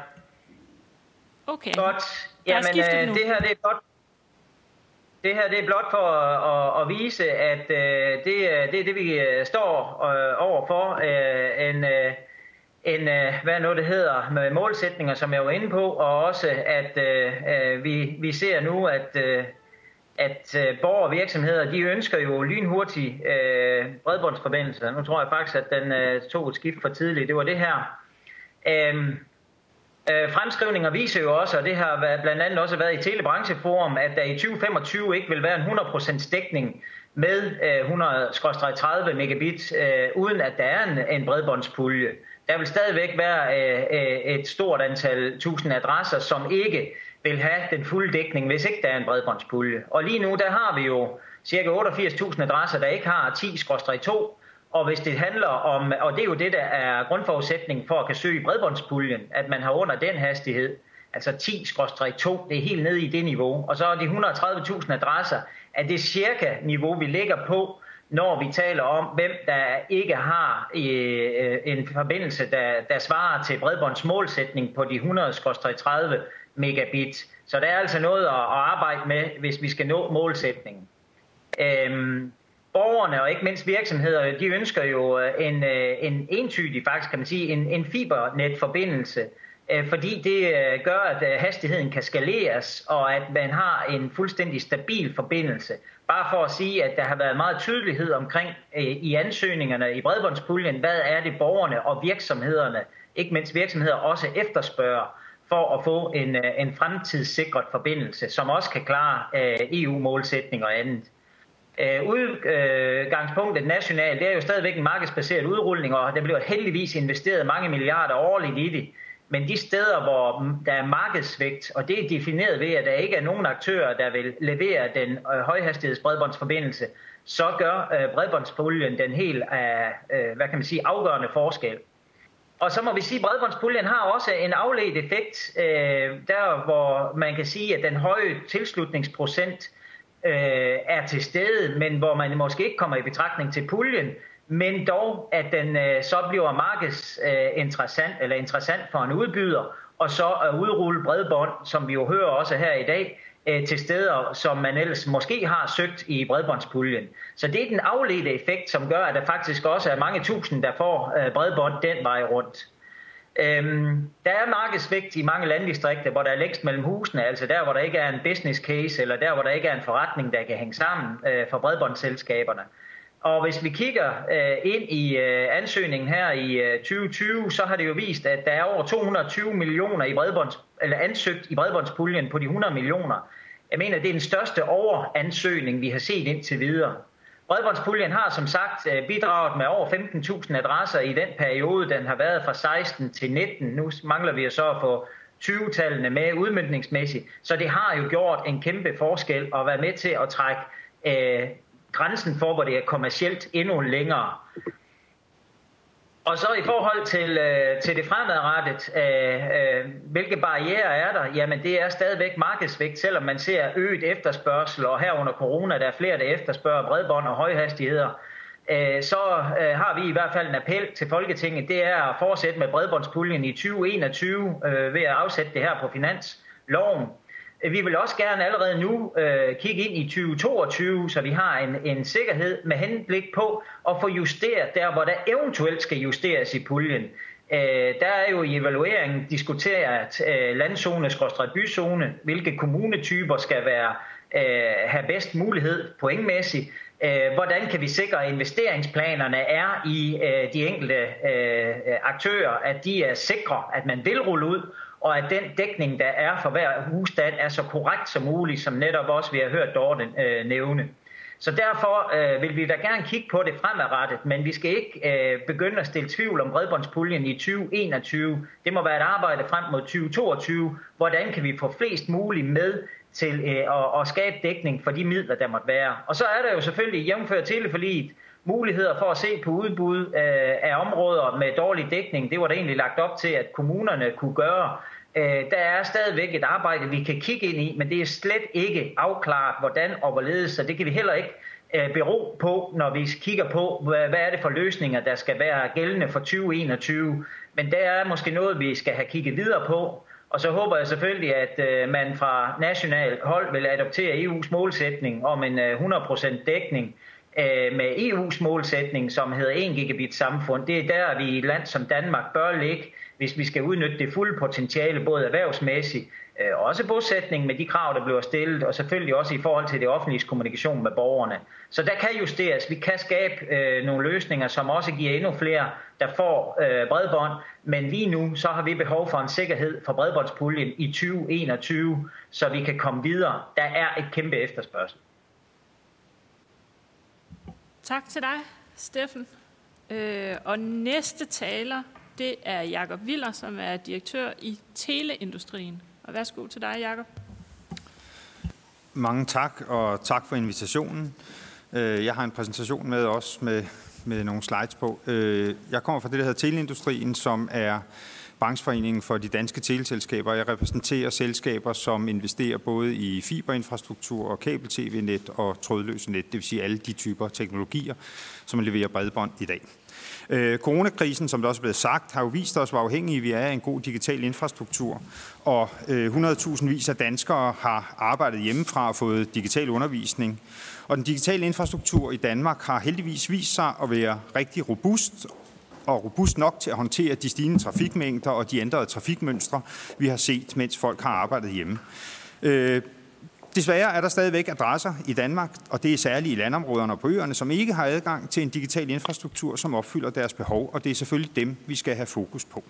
Speaker 1: Okay.
Speaker 5: Godt. Jamen, øh, det her det er godt. Det her det er blot for at, at vise, at øh, det, det er det, vi står øh, over for. Øh, en, øh, en, øh, hvad nu det hedder, med målsætninger, som jeg var inde på, og også, at øh, vi, vi ser nu, at, øh, at borgere og virksomheder, de ønsker jo lynhurtig øh, bredbåndsforbindelse. Nu tror jeg faktisk, at den øh, tog et skift for tidligt. Det var det her. Øh, Øh, fremskrivninger viser jo også, og det har blandt andet også været i Telebrancheforum, at der i tyve femogtyve ikke vil være en hundrede procent dækning med øh, hundrede til tredive megabit, øh, uden at der er en, en bredbåndspulje. Der vil stadigvæk være øh, et stort antal tusind adresser, som ikke vil have den fulde dækning, hvis ikke der er en bredbåndspulje. Og lige nu, der har vi jo ca. otteogfirs tusind adresser, der ikke har ti skråstreg to. Og hvis det handler om, og det er jo det, der er grundforudsætning for at kan søge i bredbåndspuljen, at man har under den hastighed, altså ti skråstreg to, det er helt nede i det niveau. Og så er de et hundrede og tredive tusind adresser, at det cirka niveau, vi ligger på, når vi taler om, hvem der ikke har øh, en forbindelse, der, der svarer til bredbåndsmålsætning på de hundrede til tredive megabit. Så der er altså noget at, at arbejde med, hvis vi skal nå målsætningen. Øhm, Borgerne og ikke mindst virksomheder, de ønsker jo en, en entydig, faktisk kan man sige, en, en fibernetforbindelse fordi det gør, at hastigheden kan skaleres, og at man har en fuldstændig stabil forbindelse. Bare for at sige, at der har været meget tydelighed omkring i ansøgningerne i bredbåndspuljen, hvad er det borgerne og virksomhederne, ikke mindst virksomheder, også efterspørger for at få en, en fremtidssikret forbindelse, som også kan klare E U-målsætninger og andet. Udgangspunktet nationalt, det er jo stadigvæk en markedsbaseret udrulning, og der bliver heldigvis investeret mange milliarder årligt i det. Men de steder, hvor der er markedsvægt, og det er defineret ved, at der ikke er nogen aktører, der vil levere den højhastighedsbredbåndsforbindelse, så gør bredbåndspuljen den helt hvad kan man sige, afgørende forskel. Og så må vi sige, at bredbåndspuljen har også en afledt effekt, der hvor man kan sige, at den høje tilslutningsprocent er til stede, men hvor man måske ikke kommer i betragtning til puljen, men dog, at den så bliver markedsinteressant eller interessant for en udbyder, og så at udrulle bredbånd, som vi jo hører også her i dag, til steder, som man ellers måske har søgt i bredbåndspuljen. Så det er den afledte effekt, som gør, at der faktisk også er mange tusind, der får bredbånd den vej rundt. Øhm, der er markedsvægt i mange landdistrikter, hvor der er længst mellem husene, altså der, hvor der ikke er en business case, eller der, hvor der ikke er en forretning, der kan hænge sammen øh, for bredbåndsselskaberne. Og hvis vi kigger øh, ind i øh, ansøgningen her i øh, tyve tyve, så har det jo vist, at der er over to hundrede og tyve millioner i bredbånds, eller ansøgt i bredbåndspuljen på de hundrede millioner. Jeg mener, det er den største overansøgning, vi har set indtil videre. Bredbåndspuljen har som sagt bidraget med over femten tusind adresser i den periode, den har været fra seksten til nitten. Nu mangler vi så at få tyve-tallene med udmøntningsmæssigt. Så det har jo gjort en kæmpe forskel og været med til at trække øh, grænsen for, hvor det er kommercielt endnu længere. Og så i forhold til, øh, til det fremadrettet, øh, øh, hvilke barrierer er der? Jamen det er stadigvæk markedsvægt, selvom man ser øget efterspørgsel, og her under corona, der er flere, der efterspørger bredbånd og højhastigheder. Øh, så øh, har vi i hvert fald en appel til Folketinget, det er at fortsætte med bredbåndspuljen i tyve enogtyve øh, ved at afsætte det her på finansloven. Vi vil også gerne allerede nu øh, kigge ind i tyve toogtyve, så vi har en, en sikkerhed med henblik på at få justeret der, hvor der eventuelt skal justeres i puljen. Øh, der er jo i evalueringen diskuteret øh, landzone-byzone, hvilke kommunetyper skal være, øh, have bedst mulighed pointmæssigt. Øh, hvordan kan vi sikre, at investeringsplanerne er i øh, de enkelte øh, aktører, at de er sikre, at man vil rulle ud, og at den dækning, der er for hver husstand, er så korrekt som muligt, som netop også vi har hørt Dorte øh, nævne. Så derfor øh, vil vi da gerne kigge på det fremadrettet, men vi skal ikke øh, begynde at stille tvivl om bredbåndspuljen i tyve enogtyve. Det må være et arbejde frem mod tyve toogtyve. Hvordan kan vi få flest muligt med til øh, at, at skabe dækning for de midler, der måtte være. Og så er der jo selvfølgelig jævnfør teleforliget muligheder for at se på udbud øh, af områder med dårlig dækning. Det var der egentlig lagt op til, at kommunerne kunne gøre. Øh, der er stadigvæk et arbejde, vi kan kigge ind i, men det er slet ikke afklaret, hvordan og hvorledes, så det kan vi heller ikke øh, bero på, når vi kigger på, hvad, hvad er det for løsninger, der skal være gældende for tyve enogtyve. Men der er måske noget, vi skal have kigget videre på. Og så håber jeg selvfølgelig, at øh, man fra national hold vil adoptere E U's målsætning om en øh, hundrede procent dækning øh, med E U's målsætning, som hedder en gigabit samfund. Det er der, vi i et land som Danmark bør ligge, hvis vi skal udnytte det fulde potentiale, både erhvervsmæssigt øh, og også bosætning med de krav, der bliver stillet, og selvfølgelig også i forhold til det offentlige kommunikation med borgerne. Så der kan justeres. Vi kan skabe øh, nogle løsninger, som også giver endnu flere, der får øh, bredbånd, men lige nu så har vi behov for en sikkerhed for bredbåndspuljen i tyve enogtyve, så vi kan komme videre. Der er et kæmpe efterspørgsel.
Speaker 1: Tak til dig, Steffen. Øh, og næste taler, det er Jakob Willer, som er direktør i teleindustrien. Og værsgo til dig, Jakob.
Speaker 6: Mange tak, og tak for invitationen. Jeg har en præsentation med også med, med nogle slides på. Jeg kommer fra det, der hedder Teleindustrien, som er brancheforeningen for de danske teleselskaber. Jeg repræsenterer selskaber, som investerer både i fiberinfrastruktur og kabel-T V-net og trådløse net, det vil sige alle de typer teknologier, som leverer bredbånd i dag. Øh, coronakrisen, som det også er blevet sagt, har jo vist os, hvor afhængige vi er af en god digital infrastruktur, og øh, hundrede tusind vis af danskere har arbejdet hjemmefra og fået digital undervisning. Og den digitale infrastruktur i Danmark har heldigvis vist sig at være rigtig robust, og robust nok til at håndtere de stigende trafikmængder og de ændrede trafikmønstre, vi har set, mens folk har arbejdet hjemme. Øh, Desværre er der stadigvæk adresser i Danmark, og det er særligt i landområderne og på øerne, som ikke har adgang til en digital infrastruktur, som opfylder deres behov, og det er selvfølgelig dem, vi skal have fokus på.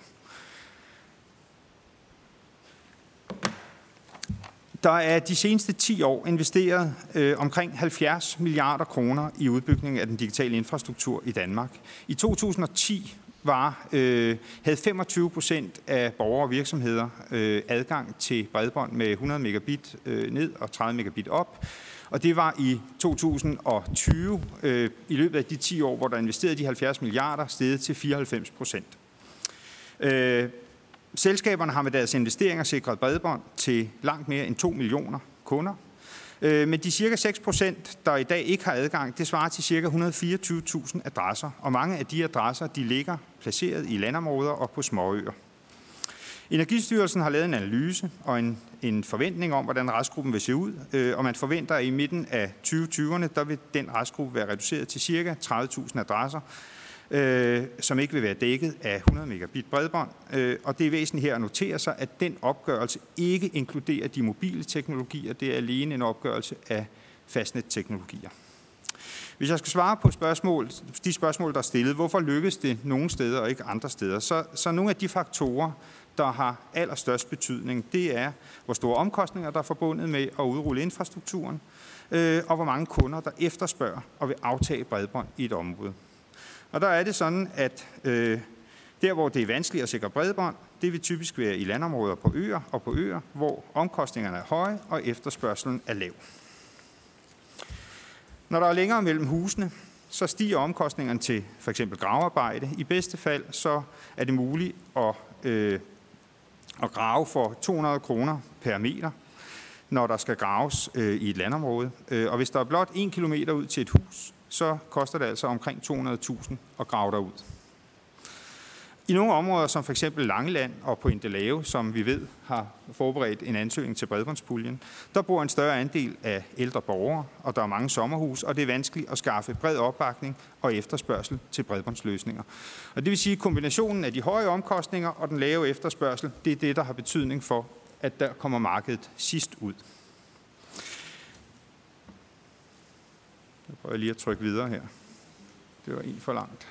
Speaker 6: Der er de seneste ti år investeret øh, omkring halvfjerds milliarder kroner i udbygningen af den digitale infrastruktur i Danmark. I to tusind og ti var, øh, havde femogtyve procent af borgere og virksomheder øh, adgang til bredbånd med hundrede megabit øh, ned og tredive megabit op. Og det var i to tusind og tyve, øh, i løbet af de ti år, hvor der investerede de halvfjerds milliarder, steget til fireoghalvfems procent. Øh, selskaberne har med deres investeringer sikret bredbånd til langt mere end to millioner kunder. Men de cirka seks procent, der i dag ikke har adgang, det svarer til cirka et hundrede og fireogtyve tusind adresser. Og mange af de adresser, de ligger placeret i landområder og på småøer. Energistyrelsen har lavet en analyse og en, en forventning om, hvordan restgruppen vil se ud. Og man forventer, at i midten af tyve tyverne, der vil den restgruppe være reduceret til cirka tredive tusind adresser, øh, som ikke vil være dækket af hundrede megabit bredbånd. Øh, og det er væsentligt her at notere sig, at den opgørelse ikke inkluderer de mobile teknologier. Det er alene en opgørelse af fastnetteknologier. Hvis jeg skal svare på spørgsmål, de spørgsmål, der er stillet, hvorfor lykkes det nogle steder og ikke andre steder, så, så nogle af de faktorer, der har allerstørst betydning, det er, hvor store omkostninger, der er forbundet med at udrulle infrastrukturen, øh, og hvor mange kunder, der efterspørger og vil aftage bredbånd i et område. Og der er det sådan, at øh, der, hvor det er vanskeligt at sikre bredbånd, det vil typisk være i landområder på øer og på øer, hvor omkostningerne er høje og efterspørgselen er lav. Når der er længere mellem husene, så stiger omkostningerne til for eksempel gravearbejde. I bedste fald så er det muligt at, øh, at grave for to hundrede kroner per meter, når der skal graves øh, i et landområde. Og hvis der er blot en kilometer ud til et hus, så koster det altså omkring to hundrede tusind at grave derud. I nogle områder, som for eksempel Langeland og på Endelave, som vi ved har forberedt en ansøgning til bredbåndspuljen, der bor en større andel af ældre borgere, og der er mange sommerhus, og det er vanskeligt at skaffe bred opbakning og efterspørgsel til bredbåndsløsninger. Og det vil sige, at kombinationen af de høje omkostninger og den lave efterspørgsel, det er det, der har betydning for, at der kommer markedet sidst ud. Jeg prøver lige at trykke videre her. Det var en for langt.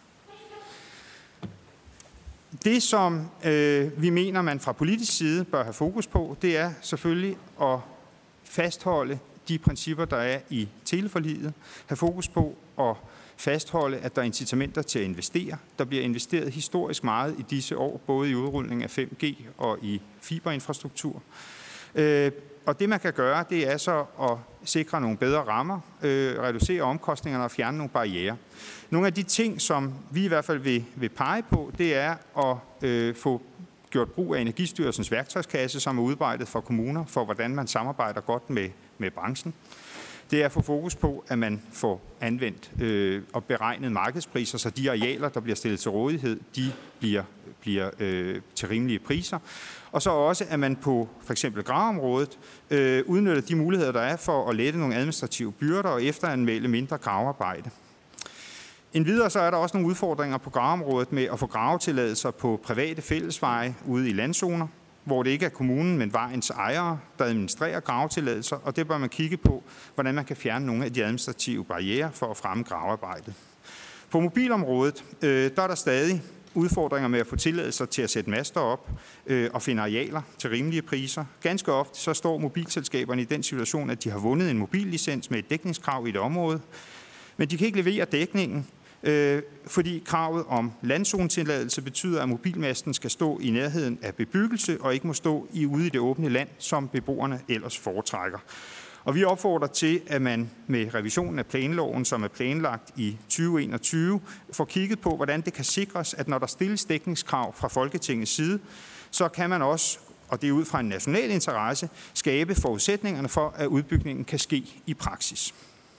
Speaker 6: Det, som øh, vi mener, man fra politisk side bør have fokus på, det er selvfølgelig at fastholde de principper, der er i teleforliget. Have fokus på at fastholde, at der er incitamenter til at investere. Der bliver investeret historisk meget i disse år, både i udrulning af fem G og i fiberinfrastruktur. Øh, Og det, man kan gøre, det er så at sikre nogle bedre rammer, øh, reducere omkostningerne og fjerne nogle barrierer. Nogle af de ting, som vi i hvert fald vil, vil pege på, det er at øh, få gjort brug af Energistyrelsens værktøjskasse, som er udarbejdet for kommuner, for hvordan man samarbejder godt med, med branchen. Det er at få fokus på, at man får anvendt øh, og beregnet markedspriser, så de arealer, der bliver stillet til rådighed, de bliver, bliver øh, til rimelige priser. Og så også, at man på for eksempel graveområdet øh, udnytter de muligheder, der er for at lette nogle administrative byrder og efteranmelde mindre gravearbejde. Endvidere så er der også nogle udfordringer på graveområdet med at få gravetilladelser på private fællesveje ude i landzoner, hvor det ikke er kommunen, men vejens ejere, der administrerer gravetilladelser, og det bør man kigge på, hvordan man kan fjerne nogle af de administrative barrierer for at fremme gravearbejdet. På mobilområdet, øh, der er der stadig udfordringer med at få tilladelser til at sætte master op øh, og finde arealer til rimelige priser. Ganske ofte så står mobilselskaberne i den situation, at de har vundet en mobillicens med et dækningskrav i det område, men de kan ikke levere dækningen, øh, fordi kravet om landzonetilladelse betyder, at mobilmasten skal stå i nærheden af bebyggelse og ikke må stå i ude i det åbne land, som beboerne ellers foretrækker. Og vi opfordrer til, at man med revisionen af planloven, som er planlagt i tyve enogtyve, får kigget på, hvordan det kan sikres, at når der stilles dækningskrav fra Folketingets side, så kan man også, og det er ud fra en national interesse, skabe forudsætningerne for, at udbygningen kan ske i praksis.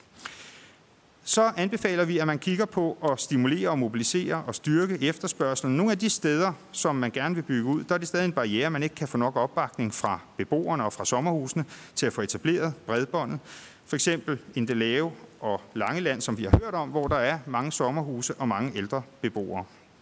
Speaker 6: Så anbefaler vi, at man kigger på at stimulere og mobilisere og styrke efterspørgselen. Nogle af de steder, som man gerne vil bygge ud, der er det stadig en barriere, man ikke kan få nok opbakning fra beboerne og fra sommerhusene til at få etableret bredbåndet. For eksempel Endelave og Langeland, som vi har hørt om, hvor der er mange sommerhuse og mange ældre beboere.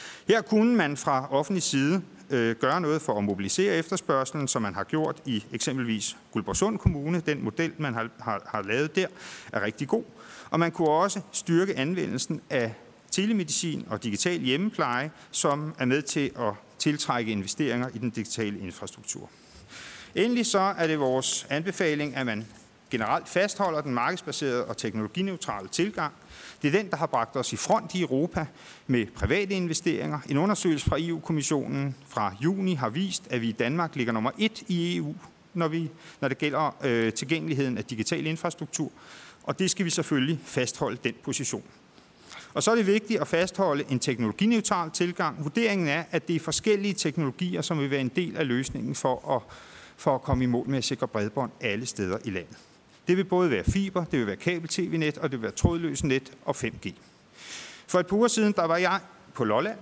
Speaker 6: Her kunne man fra offentlig side øh, gøre noget for at mobilisere efterspørgselen, som man har gjort i eksempelvis Guldborgsund Kommune. Den model, man har, har, har lavet der, er rigtig god. Og man kunne også styrke anvendelsen af telemedicin og digital hjemmepleje, som er med til at tiltrække investeringer i den digitale infrastruktur. Endelig så er det vores anbefaling, at man generelt fastholder den markedsbaserede og teknologineutrale tilgang. Det er den, der har bragt os i front i Europa med private investeringer. En undersøgelse fra E U-kommissionen fra juni har vist, at vi i Danmark ligger nummer et i E U, når, vi, når det gælder øh, tilgængeligheden af digital infrastruktur. Og det skal vi selvfølgelig fastholde den position. Og så er det vigtigt at fastholde en teknologineutral tilgang. Vurderingen er, at det er forskellige teknologier, som vil være en del af løsningen for at, for at komme i mål med at sikre bredbånd alle steder i landet. Det vil både være fiber, det vil være kabel-tv-net, og det vil være trådløse net og fem G. For et par uger siden, der var jeg på Lolland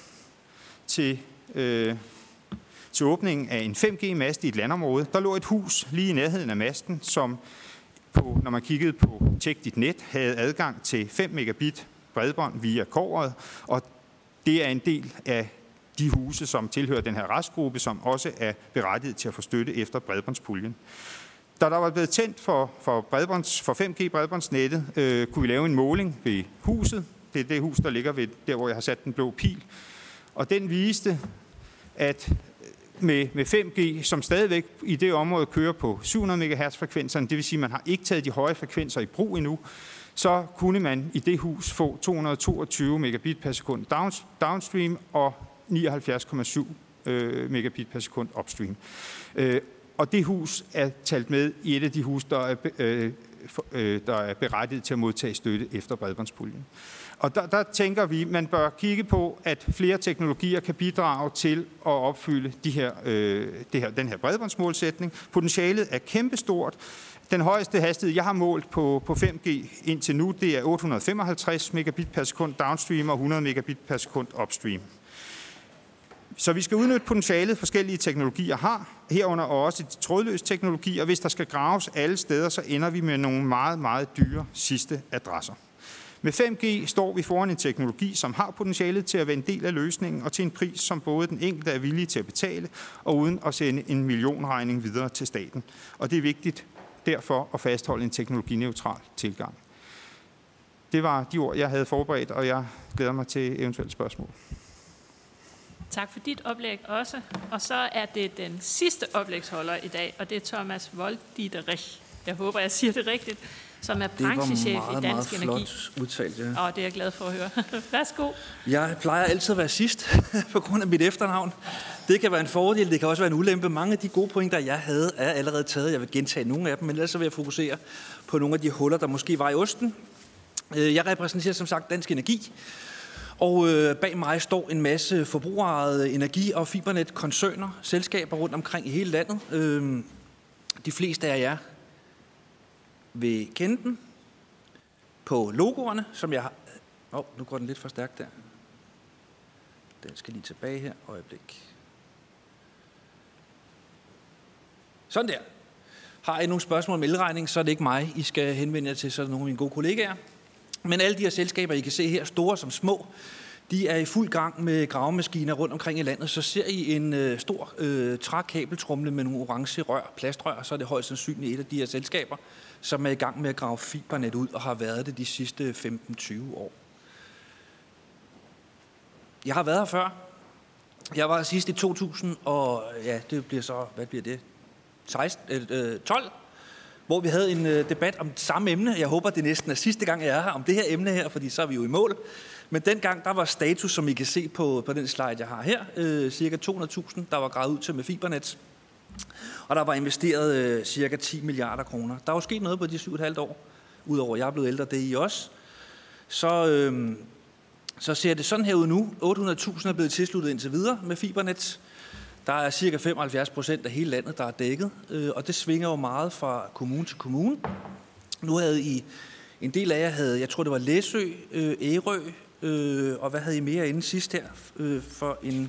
Speaker 6: til, øh, til åbningen af en fem G-mast i et landområde. Der lå et hus lige i nærheden af masten, som på, når man kiggede på Tjek dit net, havde adgang til fem megabit bredbånd via kobberet, og det er en del af de huse, som tilhører den her restgruppe, som også er berettiget til at få støtte efter bredbåndspuljen. Da der var blevet tændt for, for, bredbånds, for fem G bredbåndsnettet, øh, kunne vi lave en måling ved huset. Det er det hus, der ligger ved der, hvor jeg har sat den blå pil. Og den viste, at med, med fem G, som stadigvæk i det område kører på syv hundrede megahertz-frekvenserne, det vil sige, at man har ikke taget de høje frekvenser i brug endnu, så kunne man i det hus få to hundrede og toogtyve megabit per sekund downstream og nioghalvfjerds komma syv megabit per sekund upstream. Og det hus er talt med i et af de hus, der er, øh, øh, der er berettiget til at modtage støtte efter bredbåndspuljen. Og der, der tænker vi, at man bør kigge på, at flere teknologier kan bidrage til at opfylde de her, øh, det her, den her bredbåndsmålsætning. Potentialet er kæmpestort. Den højeste hastighed, jeg har målt på, på fem G indtil nu, det er otte hundrede og femoghalvtreds megabit per sekund downstream og hundrede megabit per sekund upstream. Så vi skal udnytte potentialet, forskellige teknologier har, herunder også de trådløse teknologier. Hvis der skal graves alle steder, så ender vi med nogle meget, meget dyre sidste adresser. Med fem G står vi foran en teknologi, som har potentialet til at være en del af løsningen, og til en pris, som både den enkelte er villig til at betale, og uden at sende en millionregning videre til staten. Og det er vigtigt derfor at fastholde en teknologineutral tilgang. Det var de ord, jeg havde forberedt, og jeg glæder mig til eventuelle spørgsmål.
Speaker 1: Tak for dit oplæg også. Og så er det den sidste oplægsholder i dag, og det er Thomas Wolf-Dieterich. Jeg håber, jeg siger det rigtigt, som er branchechef i Dansk Energi.
Speaker 7: Det var meget, meget flot udtalt, ja.
Speaker 1: Og det er jeg glad for at høre. Værsgo.
Speaker 7: Jeg plejer altid at være sidst på grund af mit efternavn. Det kan være en fordel, det kan også være en ulempe. Mange af de gode pointer, jeg havde, er allerede taget. Jeg vil gentage nogle af dem, men ellers så vil jeg fokusere på nogle af de huller, der måske var i osten. Jeg repræsenterer som sagt Dansk Energi. Og øh, bag mig står en masse forbrugerejede energi- og fibernet-koncerner, selskaber rundt omkring i hele landet. Øh, de fleste af jer vil kende dem på logoerne, som jeg har... Åh, oh, nu går den lidt for stærkt der. Den skal lige tilbage her. Øjeblik. Sådan der. Har I nogle spørgsmål om elregning, så er det ikke mig, I skal henvende jer til, så er det nogle af mine gode kollegaer. Men alle de her selskaber, I kan se her, store som små, de er i fuld gang med gravemaskiner rundt omkring i landet. Så ser I en øh, stor øh, trækabeltrumle med nogle orange rør, plastrør, så er det højst sandsynligt et af de her selskaber, som er i gang med at grave fibernet ud og har været det de sidste femten til tyve år. Jeg har været her før. Jeg var sidst i to tusind, og ja, det bliver så, hvad bliver det? seksten, øh, tolv, hvor vi havde en øh, debat om det samme emne. Jeg håber, det næsten er sidste gang, jeg er her om det her emne her, fordi så er vi jo i mål. Men dengang, der var status, som I kan se på, på den slide, jeg har her, øh, cirka to hundrede tusind, der var gravet ud til med fibernet. Og der var investeret øh, cirka ti milliarder kroner. Der er jo sket noget på de syv og et halvt år, udover at jeg er blevet ældre, det er I også. Så, øh, så ser det sådan her ud nu. otte hundrede tusind er blevet tilsluttet indtil videre med fibernet. Der er cirka femoghalvfjerds procent af hele landet, der er dækket, øh, og det svinger jo meget fra kommune til kommune. Nu havde I, en del af jer havde, jeg tror det var Læsø, øh, Ærø, øh, og hvad havde I mere inden sidst her? Øh, for en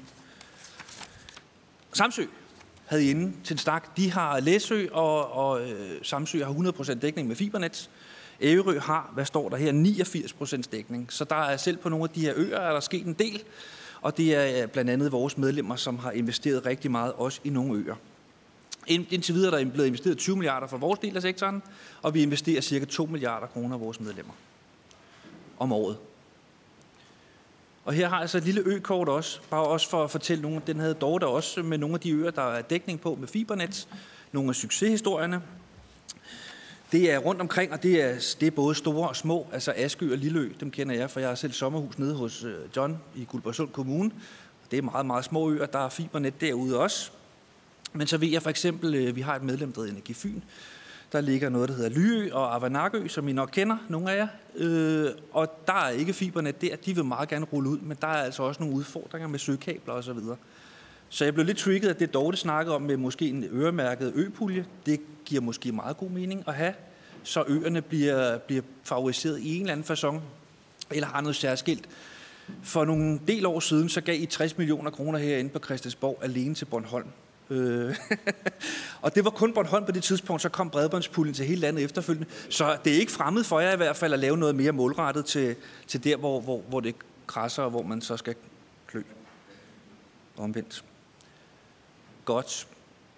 Speaker 7: Samsø havde I inde til en stak. De har Læsø, og, og øh, Samsø har hundrede procent dækning med fibernet. Ærø har, hvad står der her, niogfirs procent dækning. Så der er selv på nogle af de her øer, er der sket en del. Og det er blandt andet vores medlemmer, som har investeret rigtig meget, også i nogle øer. Indtil videre der er blevet investeret tyve milliarder for vores del af sektoren, og vi investerer cirka to milliarder kroner af vores medlemmer om året. Og her har jeg så et lille økort også, bare også for at fortælle nogle. Den havde dog der også med nogle af de øer, der er dækning på med fibernet. Nogle af succeshistorierne. Det er rundt omkring, og det er, det er både store og små, altså Askø og Lilleø, dem kender jeg, for jeg har selv sommerhus nede hos John i Guldborgsund Kommune. Det er meget, meget små øer, der er fibernet derude også. Men så ved jeg for eksempel, vi har et medlem, der hedder Energi Fyn. Der ligger noget, der hedder Lyø og Avanakø, som I nok kender, nogle af jer. Øh, og der er ikke fibernet der. De vil meget gerne rulle ud, men der er altså også nogle udfordringer med søkabler osv. Så, så jeg blev lidt trigget, at det Dorte snakkede om med måske en øremærket øpulje. Det giver måske meget god mening at have, så øerne bliver, bliver favoriseret i en eller anden facon, eller har noget særskilt. For nogle del år siden, så gav I tres millioner kroner herinde på Christiansborg alene til Bornholm. Øh, og det var kun Bornholm på det tidspunkt, så kom bredbåndspuljen til hele landet efterfølgende. Så det er ikke fremmed for jer i hvert fald at lave noget mere målrettet til, til der, hvor, hvor, hvor det krasser, og hvor man så skal klø. Omvendt. Godt.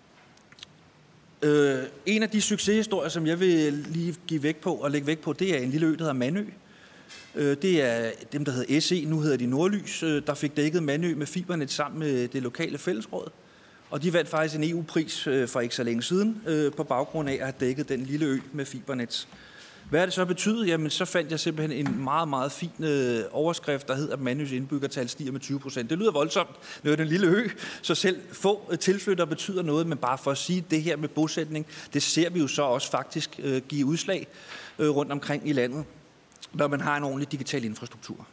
Speaker 7: Øh, en af de succeshistorier, som jeg vil lige give vægt på og lægge vægt på, det er en lille ø, der hedder Mandø. Øh, det er dem, der hedder S E, nu hedder de Nordlys, der fik dækket Mandø med fibernet sammen med det lokale fællesråd. Og de vandt faktisk en E U-pris øh, for ikke så længe siden, øh, på baggrund af at have dækket den lille ø med fibernet. Hvad har det så betydet? Jamen, så fandt jeg simpelthen en meget, meget fin øh, overskrift, der hedder, at Mandøs indbyggertal stiger med tyve procent. Det lyder voldsomt, når det er en lille ø, så selv få tilflyttere betyder noget, men bare for at sige, det her med bosætning, det ser vi jo så også faktisk øh, give udslag øh, rundt omkring i landet, når man har en ordentlig digital infrastruktur.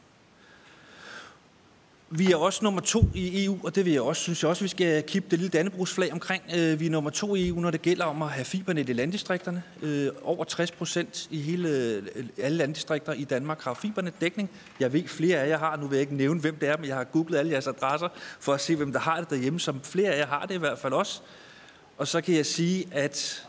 Speaker 7: Vi er også nummer to i E U, og det vil jeg også, synes jeg også, vi skal kippe det lille dannebrugsflag omkring. Vi er nummer to i E U, når det gælder om at have fibernet i landdistrikterne. Over tres procent i hele, alle landdistrikter i Danmark har fibernetdækning. Jeg ved, flere af jer har, nu vil jeg ikke nævne, hvem det er, men jeg har googlet alle jeres adresser for at se, hvem der har det derhjemme, som flere af jer har det i hvert fald også. Og så kan jeg sige, at,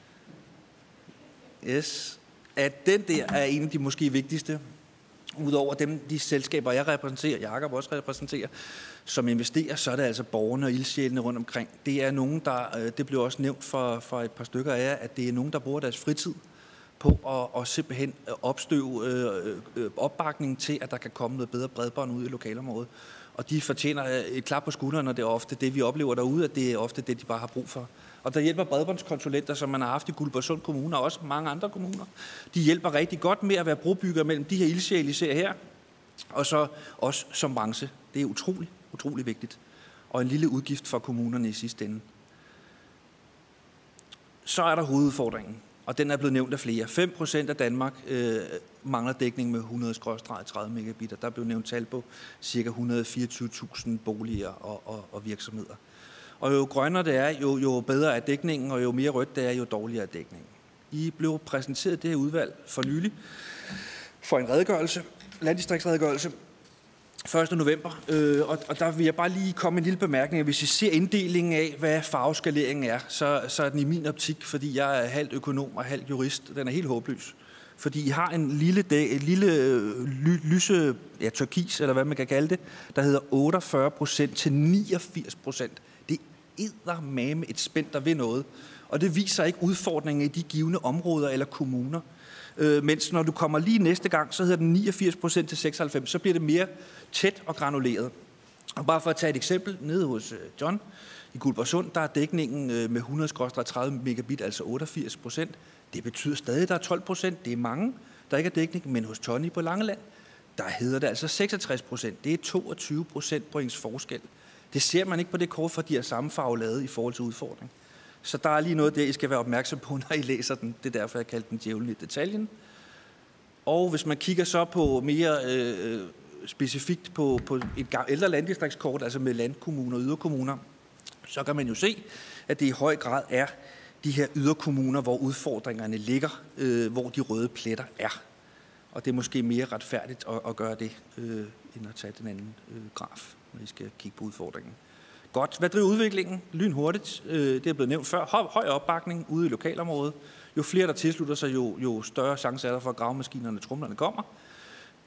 Speaker 7: yes, at den der er en af de måske vigtigste. Udover dem, de selskaber, jeg repræsenterer, Jakob også repræsenterer, som investerer, så er det altså borgerne og ildsjælene rundt omkring. Det er nogen, der, det blev også nævnt for, for et par stykker af jer, at det er nogen, der bruger deres fritid på at, at simpelthen opstøve øh, opbakning til, at der kan komme noget bedre bredbånd ud i lokalområdet. Og de fortjener et klap på skulderen, og det er ofte det, vi oplever derude, at det er ofte det, de bare har brug for. Og der hjælper bredbåndskonsulenter, som man har haft i Guldborgsund Kommune og også mange andre kommuner. De hjælper rigtig godt med at være brobygger mellem de her ildsjæle, I ser her, og så også som branche. Det er utrolig, utrolig vigtigt. Og en lille udgift for kommunerne i sidste ende. Så er der hovedudfordringen, og den er blevet nævnt af flere. fem procent af Danmark øh, mangler dækning med hundrede til tredive megabit. Der blev nævnt tal på ca. et hundrede og fireogtyve tusind boliger og, og, og virksomheder. Og jo grønnere det er, jo, jo bedre er dækningen, og jo mere rødt det er, jo dårligere er dækningen. I blev præsenteret det her udvalg for nylig for en redegørelse, landdistriktsredegørelse, første november. Øh, og, og der vil jeg bare lige komme en lille bemærkning. Hvis I ser inddelingen af, hvad farveskaleringen er, så, så er den i min optik, fordi jeg er halvt økonom og halvt jurist, den er helt håbløs. Fordi I har en lille, en lille ly, lyse, ja, turkis, eller hvad man kan kalde det, der hedder otteogfyrre procent til niogfirs procent. Det eddermame et spænd, der ved noget. Og det viser ikke udfordringen i de givne områder eller kommuner. Øh, mens når du kommer lige næste gang, så hedder den niogfirs procent til seksoghalvfems, så bliver det mere tæt og granuleret. Og bare for at tage et eksempel, nede hos John i Guldborgsund, der er dækningen med hundrede til tredive megabit, altså otteogfirs procent. Det betyder stadig, at der er tolv procent. Det er mange, der ikke er dækning, men hos Tony på Langeland, der hedder det altså seksogtres procent. Det er toogtyve procent points forskel. Det ser man ikke på det kort, for de er samme farve lavet i forhold til udfordring. Så der er lige noget der, I skal være opmærksom på, når I læser den. Det er derfor, jeg kaldte den djævlen i detaljen. Og hvis man kigger så på mere øh, specifikt på, på et ældre landdistriktskort, altså med landkommuner og yderkommuner, så kan man jo se, at det i høj grad er de her yderkommuner, hvor udfordringerne ligger, øh, hvor de røde pletter er. Og det er måske mere retfærdigt at, at gøre det, øh, end at tage den anden øh, graf, når I skal kigge på udfordringen. Godt. Hvad driver udviklingen? Lynhurtigt. Øh, det er blevet nævnt før. Høj, høj opbakning ude i lokalområdet. Jo flere, der tilslutter sig, jo, jo større chance er der for, at gravemaskinerne og tromlerne kommer.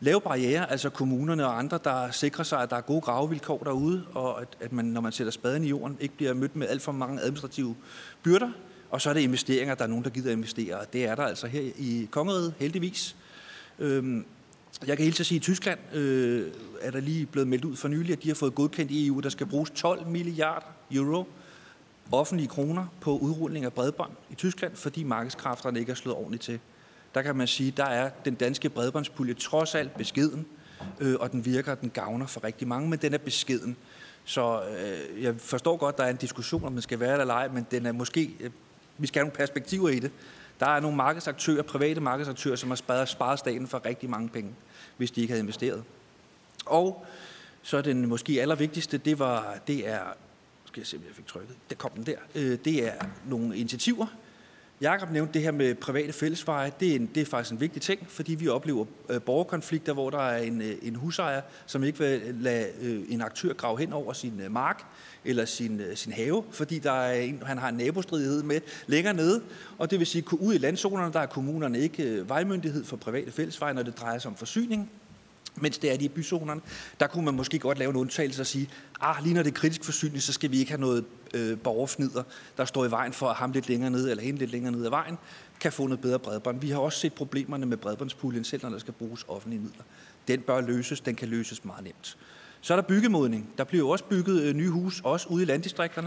Speaker 7: lave barriere, altså kommunerne og andre, der sikrer sig, at der er gode gravevilkår derude, og at, at man, når man sætter spaden i jorden, ikke bliver mødt med alt for mange administrative byrder. Og så er det investeringer, der er nogen, der gider investere, og det er der altså her i Kongeriget, heldigvis. Øhm, jeg kan helt til sige, at i Tyskland øh, er der lige blevet meldt ud for nylig, at de har fået godkendt i E U, der skal bruges tolv milliarder euro offentlige kroner på udrulning af bredbånd i Tyskland, fordi markedskræfterne ikke er slået ordentligt til. Der kan man sige, der er den danske bredbåndspulje trods alt beskeden, øh, og den virker, den gavner for rigtig mange, men den er beskeden. Så øh, jeg forstår godt, der er en diskussion, om den skal være eller ej, men den er måske, øh, vi skal have nogle perspektiver i det. Der er nogle markedsaktører, private markedsaktører, som har sparet, sparet staten for rigtig mange penge, hvis de ikke havde investeret. Og så den måske allervigtigste, det, var, det er, skal jeg se, om jeg fik trykket, det kom den der, øh, det er nogle initiativer. Jakob nævnte det her med private fællesveje. Det er, en, det er faktisk en vigtig ting, fordi vi oplever øh, borgerkonflikter, hvor der er en, øh, en husejer, som ikke vil lade øh, en aktør grave hen over sin øh, mark eller sin, øh, sin have, fordi der er en, han har en nabostridighed med længere nede. Og det vil sige, at ude i landzonerne, der er kommunerne ikke øh, vejmyndighed for private fællesveje, når det drejer sig om forsyning. Mens det er de i byzonerne, der kunne man måske godt lave en undtagelse og sige, ah, lige når det er kritisk forsyning, så skal vi ikke have noget øh, borgerfnider, der står i vejen for, at ham lidt længere nede, eller hende lidt længere nede af vejen, kan få noget bedre bredbånd. Vi har også set problemerne med bredbåndspuljen, selv når der skal bruges offentlige midler. Den bør løses, den kan løses meget nemt. Så er der byggemodning. Der bliver også bygget øh, nye huse, også ude i landdistrikterne.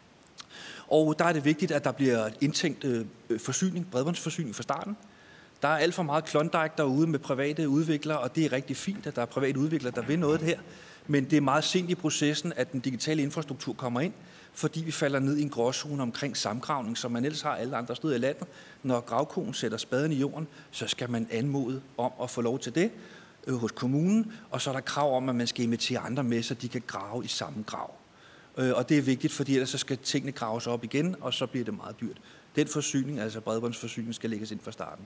Speaker 7: Og der er det vigtigt, at der bliver indtænkt øh, forsyning, bredbåndsforsyning fra starten. Der er alt for meget klondike derude med private udviklere, og det er rigtig fint, at der er private udviklere, der vil noget her. Men det er meget sent i processen, at den digitale infrastruktur kommer ind, fordi vi falder ned i en gråzone omkring samgravning, som man ellers har alle andre steder i landet. Når gravkonen sætter spaden i jorden, så skal man anmode om at få lov til det øh, hos kommunen, og så er der krav om, at man skal invitere andre med, så de kan grave i samme grav. Øh, og det er vigtigt, fordi ellers så skal tingene graves op igen, og så bliver det meget dyrt. Den forsyning, altså bredbåndsforsyning, skal lægges ind fra starten.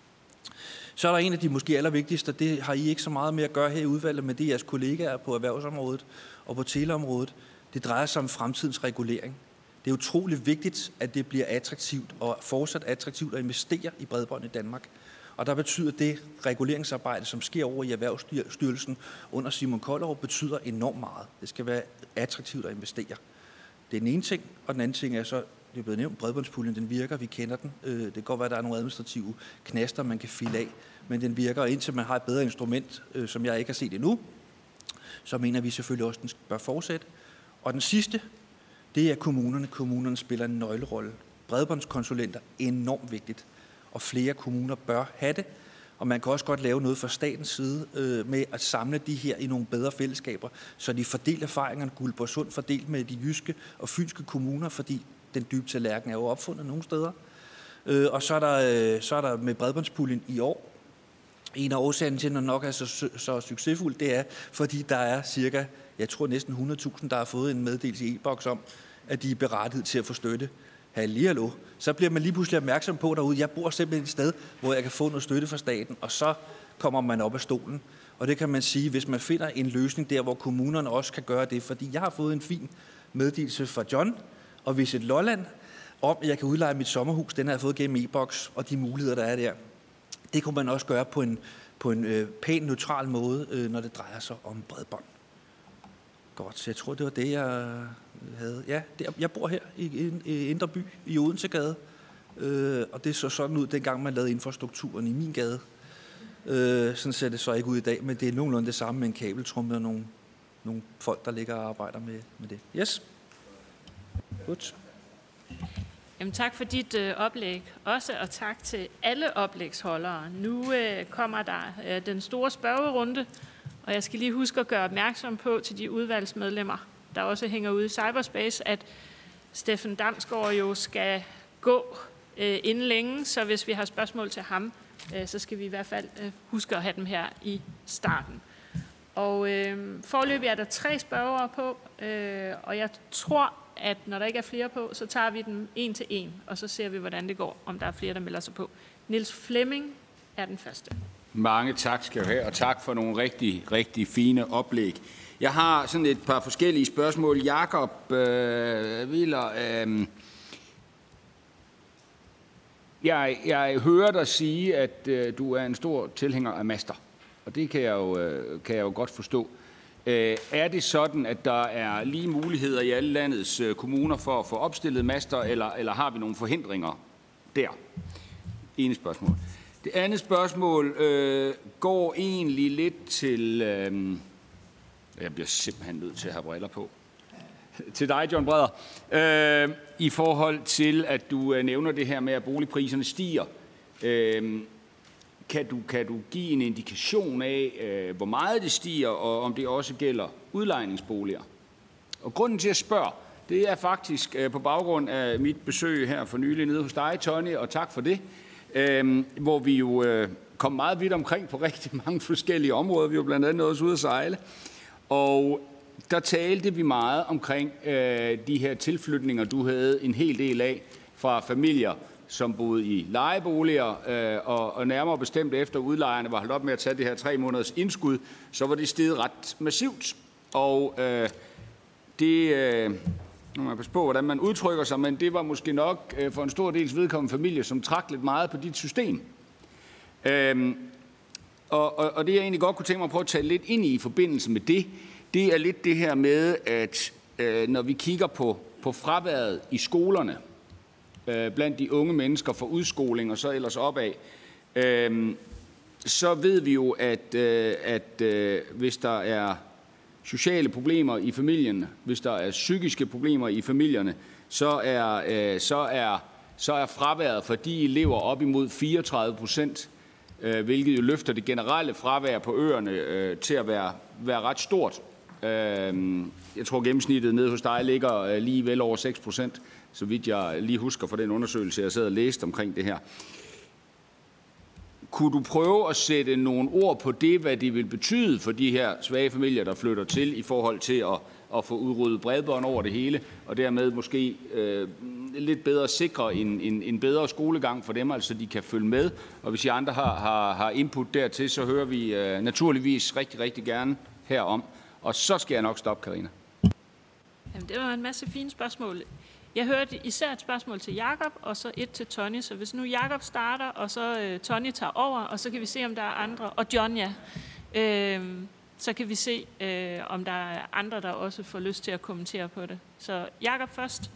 Speaker 7: Så er der en af de måske allervigtigste, og det har I ikke så meget med at gøre her i udvalget, men det er jeres kollegaer på erhvervsområdet og på teleområdet. Det drejer sig om fremtidens regulering. Det er utrolig vigtigt, at det bliver attraktivt og fortsat attraktivt at investere i bredbånd i Danmark. Og der betyder det reguleringsarbejde, som sker over i Erhvervsstyrelsen under Simon Kollerup, betyder enormt meget. Det skal være attraktivt at investere. Det er den ene ting, og den anden ting er så, det er blevet nævnt, bredbåndspuljen, den virker, vi kender den. Det kan godt være, at der er nogle administrative knaster, man kan file af, men den virker, og indtil man har et bedre instrument, som jeg ikke har set endnu, så mener vi selvfølgelig også, at den bør fortsætte. Og den sidste, det er kommunerne. Kommunerne spiller en nøglerolle. Bredbåndskonsulenter er enormt vigtigt, og flere kommuner bør have det. Og man kan også godt lave noget fra statens side øh, med at samle de her i nogle bedre fællesskaber, så de fordeler erfaringerne, Guldborgsund fordelt med de jyske og fynske kommuner, fordi den dybe tallerken er jo opfundet nogle steder. Øh, og så er, der, øh, så er der med bredbåndspuljen i år. En af årsagerne til, at den nok er så, så succesfuld, det er, fordi der er cirka, jeg tror næsten hundrede tusind, der har fået en meddelelse i e-boks om, at de er berettiget til at få støtte. Halli, hallo. Så bliver man lige pludselig opmærksom på derude, jeg bor simpelthen et sted, hvor jeg kan få noget støtte fra staten, og så kommer man op af stolen. Og det kan man sige, hvis man finder en løsning der, hvor kommunerne også kan gøre det, fordi jeg har fået en fin meddelelse fra John og Visit Lolland, om at jeg kan udleje mit sommerhus, den har jeg fået gennem e-boks, og de muligheder, der er der. Det kunne man også gøre på en, på en øh, pæn, neutral måde, øh, når det drejer sig om bredbånd. Godt, så jeg tror, det var det, jeg havde. Ja, det, jeg bor her i, i Indre By, i Odensegade, øh, og det så sådan ud, dengang man lavede infrastrukturen i min gade. Øh, sådan ser det så ikke ud i dag, men det er nogenlunde det samme med en kabeltrumme og nogle, nogle folk, der ligger og arbejder med, med det. Yes. Godt.
Speaker 1: Jamen, tak for dit øh, oplæg også, og tak til alle oplægsholdere. Nu øh, kommer der øh, den store spørgerunde, og jeg skal lige huske at gøre opmærksom på til de udvalgsmedlemmer, der også hænger ude i cyberspace, at Steffen Damsgaard jo skal gå øh, inden længe, så hvis vi har spørgsmål til ham, øh, så skal vi i hvert fald øh, huske at have dem her i starten. Og øh, foreløbig er der tre spørgere på, øh, og jeg tror, at når der ikke er flere på, så tager vi dem en til en, og så ser vi, hvordan det går, om der er flere, der melder sig på. Niels Flemming er den første.
Speaker 8: Mange tak skal du have, og tak for nogle rigtig, rigtig fine oplæg. Jeg har sådan et par forskellige spørgsmål. Jakob øh, Willer, øh, jeg, jeg hører dig sige, at øh, du er en stor tilhænger af master. og det kan jeg jo, kan jeg jo godt forstå. Er det sådan, at der er lige muligheder i alle landets kommuner for at få opstillet master, eller, eller har vi nogle forhindringer der? Ene spørgsmål. Det andet spørgsmål øh, går egentlig lidt til... Øh, jeg bliver simpelthen nødt til at have briller på. Til dig, John Breder. Øh, I forhold til, at du øh, nævner det her med, at boligpriserne stiger. Øh, kan, du, kan du give en indikation af, øh, hvor meget det stiger, og om det også gælder udlejningsboliger? Og grunden til at spørge, det er faktisk øh, på baggrund af mit besøg her for nylig nede hos dig, Tony, og tak for det. Øh, hvor vi jo øh, kom meget vidt omkring på rigtig mange forskellige områder. Vi var blandt andet også ude at sejle. Og der talte vi meget omkring øh, de her tilflytninger, du havde en hel del af fra familier, som boede i lejeboliger, øh, og, og nærmere bestemt efter udlejerne var holdt op med at tage det her tre måneders indskud, så var det steget ret massivt. Og øh, det... Øh, Nu må man passe på, hvordan man udtrykker sig, men det var måske nok øh, for en stor dels vedkommende familie, som trak lidt meget på dit system. Øhm, og, og, og det jeg egentlig godt kunne tænke mig at prøve at tale lidt ind i i forbindelse med det, det er lidt det her med, at øh, når vi kigger på, på fraværet i skolerne, øh, blandt de unge mennesker for udskoling og så ellers opad, øh, så ved vi jo, at, øh, at øh, hvis der er sociale problemer i familien, hvis der er psykiske problemer i familierne, så er, øh, så er, så er fraværet for de elever op imod fireogtredive procent, øh, hvilket jo løfter det generelle fravær på øerne øh, til at være, være ret stort. Øh, jeg tror gennemsnittet nede hos dig ligger øh, lige vel over seks procent, så vidt jeg lige husker fra den undersøgelse, jeg sad og læste omkring det her. Kunne du prøve at sætte nogle ord på det, hvad det vil betyde for de her svage familier, der flytter til, i forhold til at, at få udryddet bredbånd over det hele, og dermed måske øh, lidt bedre sikre en, en, en bedre skolegang for dem, altså de kan følge med. Og hvis I andre har, har, har input dertil, så hører vi øh, naturligvis rigtig, rigtig gerne herom. Og så skal jeg nok stoppe, Karina.
Speaker 1: Jamen, det var en masse fine spørgsmål. Jeg hørte især et spørgsmål til Jakob, og så et til Tony. Så hvis nu Jakob starter, og så øh, Tony tager over, og så kan vi se, om der er andre. Og John, ja. Øh, så kan vi se, øh, om der er andre, der også får lyst til at kommentere på det. Så Jakob først.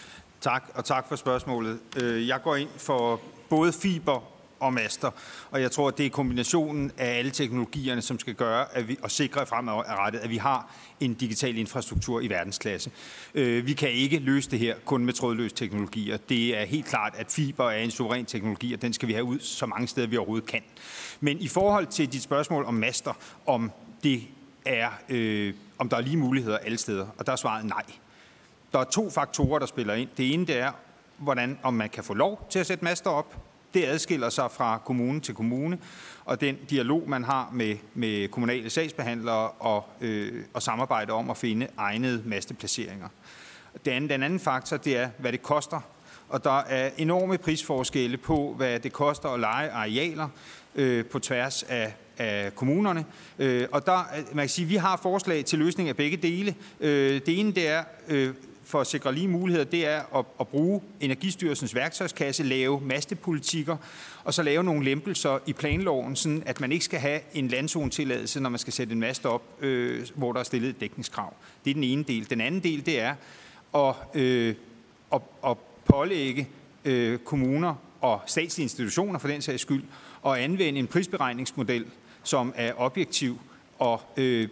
Speaker 6: Tak, og tak for spørgsmålet. Jeg går ind for både fiber og master, og jeg tror, at det er kombinationen af alle teknologierne, som skal gøre at vi, og sikre fremadrettet, at vi har en digital infrastruktur i verdensklasse. Vi kan ikke løse det her kun med trådløse teknologier. Det er helt klart, at fiber er en suveræn teknologi, og den skal vi have ud så mange steder, vi overhovedet kan. Men i forhold til dit spørgsmål om master, om det er, øh, om der er lige muligheder alle steder, og der er svaret nej. Der er to faktorer, der spiller ind. Det ene det er, hvordan, om man kan få lov til at sætte master op. Det adskiller sig fra kommune til kommune, og den dialog, man har med, med kommunale sagsbehandlere og, øh, og samarbejde om at finde egnede masteplaceringer. Den anden, den anden faktor, det er, hvad det koster. Og der er enorme prisforskelle på, hvad det koster at leje arealer øh, på tværs af, af kommunerne. Øh, og der, man kan sige, vi har forslag til løsning af begge dele. Øh, det ene, det er... Øh, for at sikre lige muligheder, det er at, at bruge Energistyrelsens værktøjskasse, lave mastepolitikker, og så lave nogle lempelser i planloven, sådan at man ikke skal have en landzonetilladelse, når man skal sætte en mast op, øh, hvor der er stillet et dækningskrav. Det er den ene del. Den anden del, det er at, øh, at, at pålægge øh, kommuner og statslige institutioner, for den sags skyld, at anvende en prisberegningsmodel, som er objektiv og øh,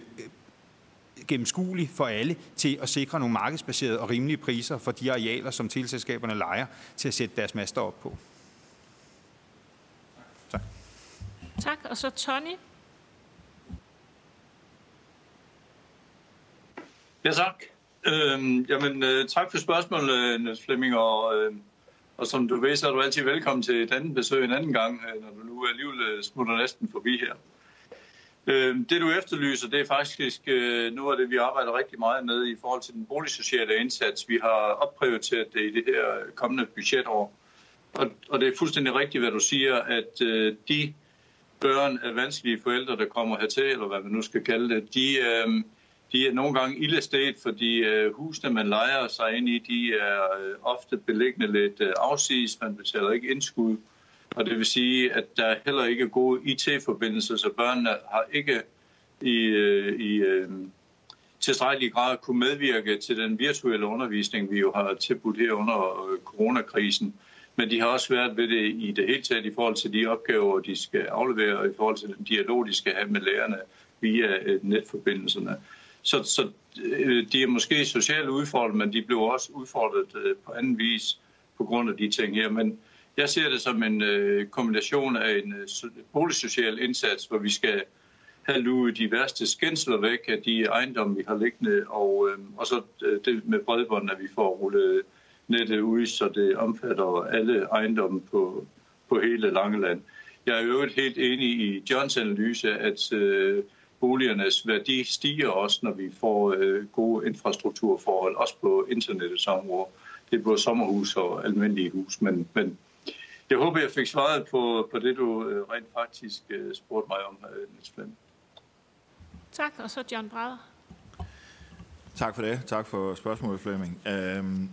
Speaker 6: gennemskuelig for alle til at sikre nogle markedsbaserede og rimelige priser for de arealer, som teleselskaberne lejer til at sætte deres master op på. Tak.
Speaker 1: Tak, og så Tony.
Speaker 2: Ja, tak. Øhm, jamen, øh, tak for spørgsmålet, Niels Flemming, og, øh, og som du ved, så er du altid velkommen til et andet besøg en anden gang, øh, når du nu alligevel smutter næsten forbi her. Det du efterlyser, det er faktisk noget af det, vi arbejder rigtig meget med i forhold til den boligsociale indsats. Vi har opprioriteret det i det her kommende budgetår. Og det er fuldstændig rigtigt, hvad du siger, at de børn af vanskelige forældre, der kommer hertil, eller hvad man nu skal kalde det, de, de er nogle gange ildested, fordi husene, man lejer sig ind i, de er ofte beliggende lidt afsides. Man betaler ikke indskud. Og det vil sige, at der heller ikke er gode I T-forbindelser, så børnene har ikke i, i tilstrækkelig grad kunne medvirke til den virtuelle undervisning, vi jo har tilbudt her under coronakrisen. Men de har også været ved det i det hele taget i forhold til de opgaver, de skal aflevere, og i forhold til den dialog, de skal have med lærerne via netforbindelserne. Så, så de er måske socialt udfordret, men de blev også udfordret på anden vis på grund af de ting her. Men jeg ser det som en kombination af en boligsocial indsats, hvor vi skal have luet de værste skændsler væk af de ejendomme, vi har liggende, og, og så det med bredbånd, at vi får rullet nettet ud, så det omfatter alle ejendomme på, på hele Langeland. Jeg er jo helt enig i Johns analyse, at øh, boligernes værdi stiger også, når vi får øh, gode infrastrukturforhold, også på internettets område. Det er både sommerhus og almindelige hus, men, men jeg håber, jeg fik svaret på, på det, du øh, rent faktisk øh, spurgte mig om, øh, Niels Flemming.
Speaker 1: Tak, og så John Brædder.
Speaker 3: Tak for det. Tak for spørgsmålet, Flemming. Øhm,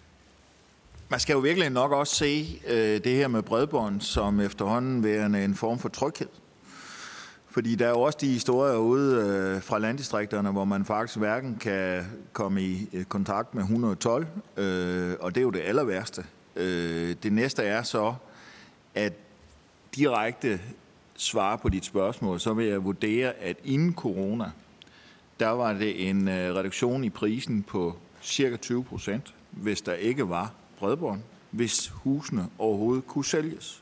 Speaker 3: man skal jo virkelig nok også se øh, det her med bredbånd som efterhånden værende en form for tryghed. Fordi der er jo også de historier ude øh, fra landdistrikterne, hvor man faktisk hverken kan komme i øh, kontakt med et hundrede og tolv, øh, og det er jo det aller værste. Øh, det næste er så, at direkte svare på dit spørgsmål, så vil jeg vurdere, at inden corona, der var det en øh, reduktion i prisen på cirka tyve procent, hvis der ikke var bredbånd, hvis husene overhovedet kunne sælges.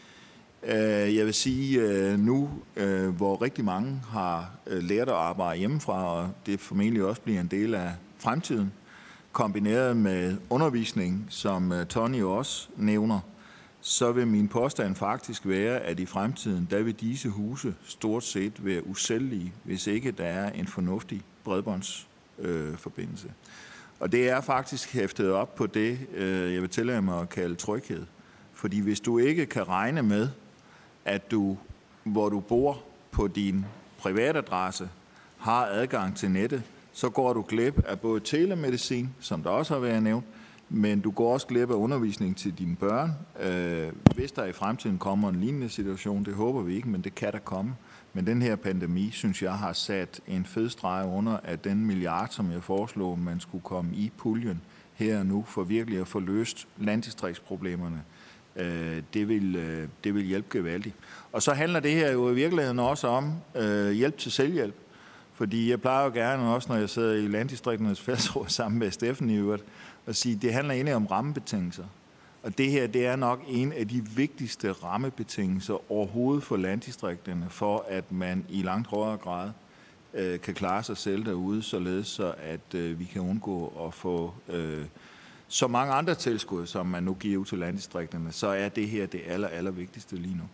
Speaker 3: Jeg vil sige nu, hvor rigtig mange har lært at arbejde hjemmefra, og det formentlig også bliver en del af fremtiden, kombineret med undervisning, som Tony også nævner, så vil min påstand faktisk være, at i fremtiden, der vil disse huse stort set være usælgelige, hvis ikke der er en fornuftig bredbåndsforbindelse. Øh, og det er faktisk hæftet op på det, øh, jeg vil tillade mig at kalde tryghed. Fordi hvis du ikke kan regne med, at du, hvor du bor på din privatadresse, har adgang til nettet, så går du glip af både telemedicin, som der også har været nævnt, men du går også glip af undervisning til dine børn. Øh, hvis der i fremtiden kommer en lignende situation, det håber vi ikke, men det kan der komme. Men den her pandemi, synes jeg, har sat en fed streg under, at den milliard, som jeg foreslog, man skulle komme i puljen her og nu, for virkelig at få løst landdistriktsproblemerne. Øh, det, vil, øh, det vil hjælpe gevaldigt. Og så handler det her jo i virkeligheden også om øh, hjælp til selvhjælp. Fordi jeg plejer jo gerne også, når jeg sidder i Landdistrikternes Fællesråd sammen med Steffen i øvrigt, at sige, at det handler egentlig om rammebetingelser. Og det her, det er nok en af de vigtigste rammebetingelser overhovedet for landdistrikterne, for at man i langt højere grad øh, kan klare sig selv derude, således så at øh, vi kan undgå at få øh, så mange andre tilskud, som man nu giver ud til landdistrikterne, så er det her det aller, aller vigtigste lige nu.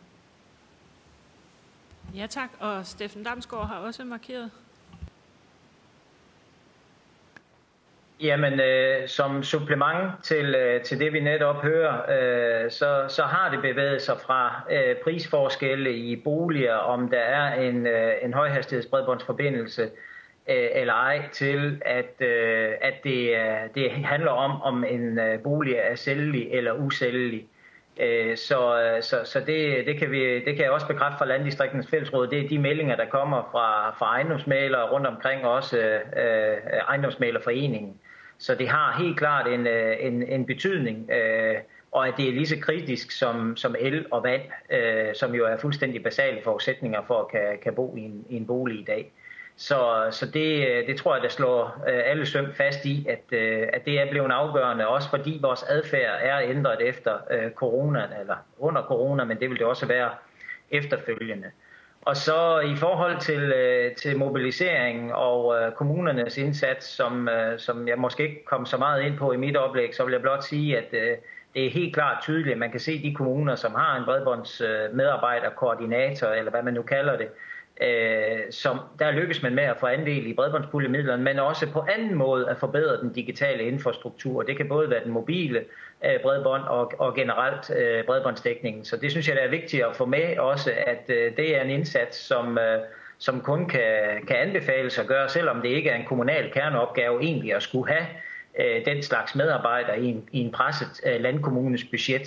Speaker 1: Ja tak, og Steffen Damsgaard har også markeret.
Speaker 5: Jamen, øh, som supplement til, øh, til det, vi netop hører, øh, så, så har det bevæget sig fra øh, prisforskelle i boliger, om der er en, øh, en højhastighedsbredbåndsforbindelse øh, eller ej, til at, øh, at det, øh, det handler om, om en øh, bolig er sælgelig eller usælgelig. Øh, så så, så det, det, kan vi, det kan jeg også bekræfte fra Landdistrikternes Fællesråd. Det er de meldinger, der kommer fra, fra ejendomsmæglere rundt omkring, også øh, ejendomsmæglerforeningen. Så det har helt klart en, en, en betydning, øh, og at det er lige så kritisk som, som el og vand, øh, som jo er fuldstændig basale forudsætninger for at kan, kan bo i en, i en bolig i dag. Så, så det, det tror jeg, der slår alle søm fast i, at, at det er blevet afgørende, også fordi vores adfærd er ændret efter corona, eller under corona, men det vil det også være efterfølgende. Og så i forhold til, til mobilisering og kommunernes indsats, som, som jeg måske ikke kom så meget ind på i mit oplæg, så vil jeg blot sige, at det er helt klart tydeligt, at man kan se de kommuner, som har en bredbåndsmedarbejder, koordinator, eller hvad man nu kalder det, Øh, som der lykkes man med at få andel i bredbåndspuljemidlerne, men også på anden måde at forbedre den digitale infrastruktur. Det kan både være den mobile øh, bredbånd og, og generelt øh, bredbåndsdækningen. Så det synes jeg, det er vigtigt at få med også, at øh, det er en indsats, som, øh, som kun kan, kan anbefales at gøre, selvom det ikke er en kommunal kerneopgave egentlig at skulle have øh, den slags medarbejdere i en, i en presset øh, landkommunes budget.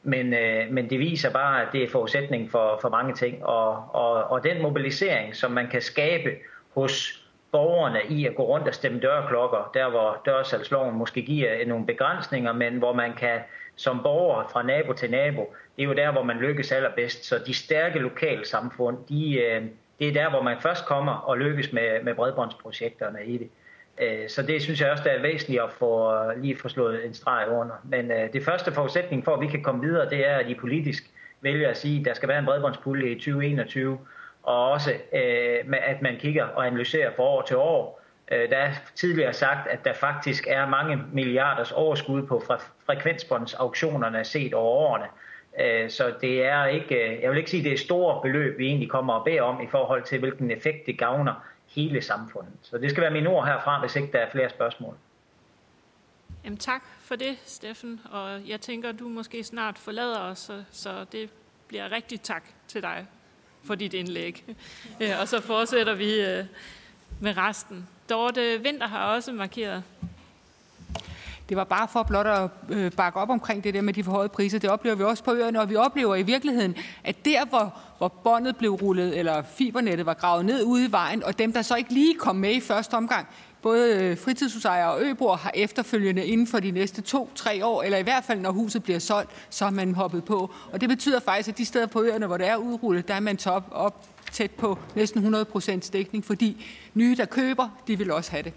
Speaker 5: Men, øh, men det viser bare, at det er forudsætning for, for mange ting. Og, og, og den mobilisering, som man kan skabe hos borgerne i at gå rundt og stemme dørklokker, der hvor dørsalgsloven måske giver nogle begrænsninger, men hvor man kan som borger fra nabo til nabo, det er jo der, hvor man lykkes allerbedst. Så de stærke lokale samfund, de, øh, det er der, hvor man først kommer og lykkes med, med bredbåndsprojekterne i det. Så det synes jeg også, der er væsentligt at få lige få slået en streg under. Men det første forudsætning for, at vi kan komme videre, det er, at de politisk vælger at sige, at der skal være en bredbåndspulje i tyve enogtyve, og også at man kigger og analyserer fra år til år. Der er tidligere sagt, at der faktisk er mange milliarders overskud på frekvensbåndsauktionerne set over årene. Så det er ikke, jeg vil ikke sige, at det er store beløb, vi egentlig kommer og beder om i forhold til, hvilken effekt det gavner hele samfundet. Så det skal være mine ord herfra, hvis ikke der er flere spørgsmål.
Speaker 1: Jamen tak for det, Steffen. Og jeg tænker, du måske snart forlader os, så, så det bliver rigtig tak til dig for dit indlæg. Og så fortsætter vi med resten. Dorte Winther har også markeret.
Speaker 4: Det var bare for blot at øh, bakke op omkring det der med de forhøjede priser. Det oplever vi også på øerne, og vi oplever i virkeligheden, at der, hvor, hvor båndet blev rullet, eller fibernettet var gravet ned ude i vejen, og dem, der så ikke lige kom med i første omgang, både fritidshusejere og øboere har efterfølgende inden for de næste to, tre år, eller i hvert fald når huset bliver solgt, så har man hoppet på. Og det betyder faktisk, at de steder på øerne, hvor det er udrullet, der er man top op tæt på næsten hundrede procent dækning, fordi nye, der køber, de vil også have det.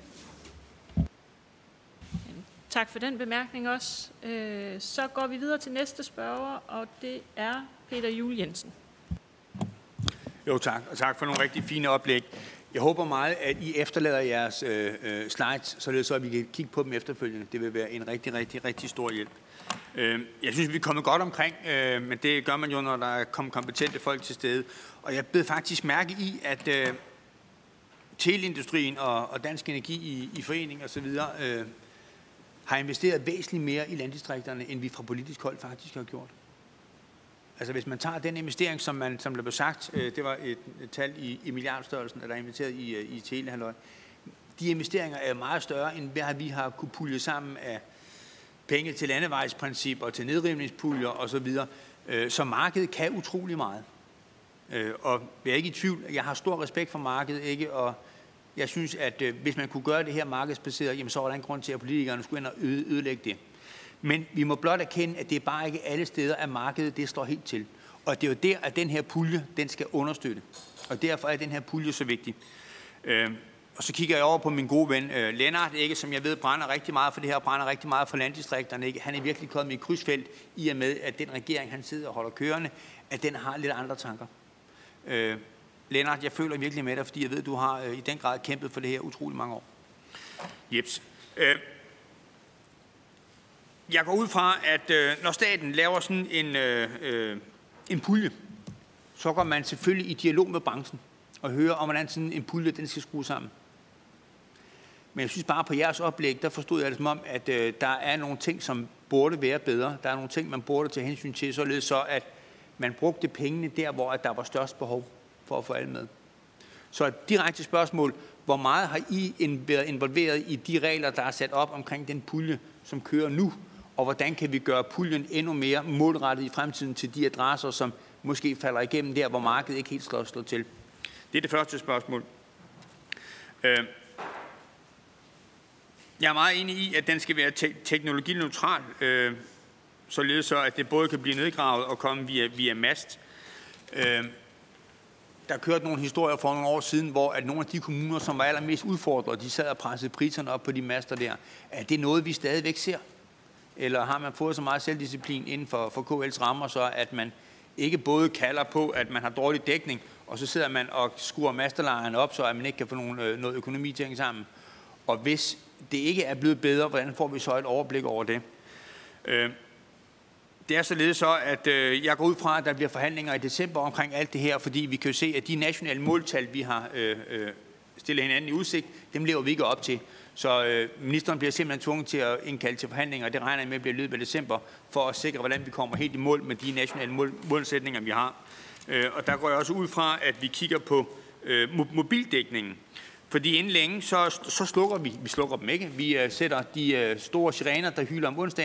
Speaker 1: Tak for den bemærkning også. Så går vi videre til næste spørger, og det er Peter Juel Jensen.
Speaker 9: Jo tak, og tak for nogle rigtig fine oplæg. Jeg håber meget, at I efterlader jeres øh, slides, således at vi kan kigge på dem efterfølgende. Det vil være en rigtig, rigtig, rigtig stor hjælp. Øh, jeg synes, vi er kommet godt omkring, øh, men det gør man jo, når der er kommet kompetente folk til stede. Og jeg blev faktisk mærke i, at øh, teleindustrien og, og Dansk Energi i, i forening og så videre øh, har investeret væsentligt mere i landdistrikterne, end vi fra politisk hold faktisk har gjort. Altså hvis man tager den investering, som, man, som der blev sagt, øh, det var et, et tal i, i milliardstørrelsen, der er investeret i, i telehalløj. De investeringer er meget større, end hvad vi har kunne pulje sammen af penge til landevejsprincip og til nedrivningspuljer osv. Øh, så markedet kan utrolig meget. Øh, og jeg er ikke i tvivl, jeg har stor respekt for markedet, ikke? Og jeg synes, at øh, hvis man kunne gøre det her markedsbaseret, jamen, så var der en grund til, at politikerne skulle ind og øde, ødelægge det. Men vi må blot erkende, at det er bare ikke alle steder, at markedet det står helt til. Og det er jo der, at den her pulje, den skal understøtte. Og derfor er den her pulje så vigtig. Øh, og så kigger jeg over på min gode ven øh, Lennart, ikke, som jeg ved brænder rigtig meget for det her, brænder rigtig meget for landdistrikterne. Ikke? Han er virkelig kommet i krydsfelt i og med, at den regering, han sidder og holder kørende, at den har lidt andre tanker. Øh, Lennart, jeg føler virkelig med dig, fordi jeg ved, at du har øh, i den grad kæmpet for det her utrolig mange år. Jeps. Øh, Jeg går ud fra, at øh, når staten laver sådan en, øh, øh, en pulje, så går man selvfølgelig i dialog med branchen og hører om, hvordan sådan en pulje den skal skrues sammen. Men jeg synes bare på jeres oplæg, der forstod jeg det som om, at øh, der er nogle ting, som burde være bedre. Der er nogle ting, man burde tage hensyn til, således så, at man brugte pengene der, hvor at der var størst behov for at få alle med. Så et direkte spørgsmål, hvor meget har I været involveret i de regler, der er sat op omkring den pulje, som kører nu? Og hvordan kan vi gøre puljen endnu mere målrettet i fremtiden til de adresser, som måske falder igennem der, hvor markedet ikke helt slår, slår til? Det er det første spørgsmål. Øh, jeg er meget enig i, at den skal være te- teknologineutral, øh, således så, at det både kan blive nedgravet og komme via, via mast. Øh, der kørte nogle historier for nogle år siden, hvor at nogle af de kommuner, som var allermest udfordret, de sad og pressede priserne op på de master der. Er det noget, vi stadigvæk ser? Eller har man fået så meget selvdisciplin inden for, for K L's rammer, så at man ikke både kalder på, at man har dårlig dækning, og så sidder man og skruer masterlejerne op, så at man ikke kan få nogen, øh, noget økonomi til at hænge sammen. Og hvis det ikke er blevet bedre, hvordan får vi så et overblik over det? Øh, det er således så, at øh, jeg går ud fra, at der bliver forhandlinger i december omkring alt det her, fordi vi kan jo se, at de nationale måltal, vi har øh, øh, stillet hinanden i udsigt, dem lever vi ikke op til. Så øh, ministeren bliver simpelthen tvunget til at indkalde til forhandlinger, og det regner jeg med at blive løbet af december, for at sikre, hvordan vi kommer helt i mål med de nationale mål, målsætninger, vi har. Øh, og der går jeg også ud fra, at vi kigger på øh, mobildækningen. Fordi inden længe, så, så slukker vi, vi slukker dem ikke. Vi øh, sætter de øh, store sirener, der hyler om onsdagen,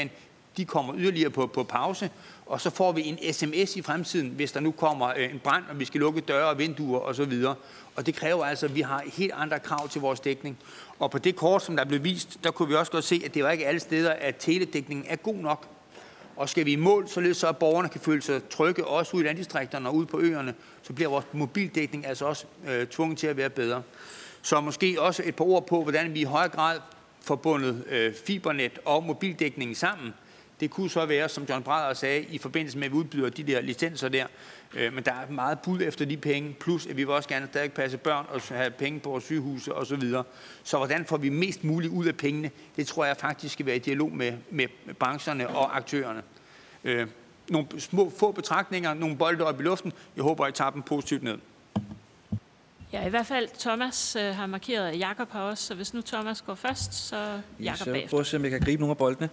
Speaker 9: de kommer yderligere på, på pause, og så får vi en sms i fremtiden, hvis der nu kommer en brand, og vi skal lukke døre og vinduer osv. Og det kræver altså, at vi har helt andre krav til vores dækning. Og på det kort, som der blev vist, der kunne vi også godt se, at det var ikke alle steder, at teledækningen er god nok. Og skal vi i mål, således så at borgerne kan føle sig trygge, også ude i landdistrikterne og ude på øerne, så bliver vores mobildækning altså også øh, tvunget til at være bedre. Så måske også et par ord på, hvordan vi i højere grad forbundet øh, fibernet og mobildækningen sammen. Det kunne så være, som John Brædder sagde, i forbindelse med, at vi udbyder de der licenser der. Øh, men der er meget bud efter de penge, plus at vi vil også gerne stadig passe børn og have penge på vores sygehuse osv. Så, videre. Så hvordan får vi mest muligt ud af pengene? Det tror jeg faktisk skal være i dialog med, med brancherne og aktørerne. Øh, nogle små få betragtninger, nogle bolde op i luften. Jeg håber, I tager dem positivt ned.
Speaker 1: Ja, i hvert fald Thomas øh, har markeret, at Jakob har også, så hvis nu Thomas går først, så Jakob bagefter.
Speaker 7: Jeg prøver at se, om jeg kan gribe nogle af boldene.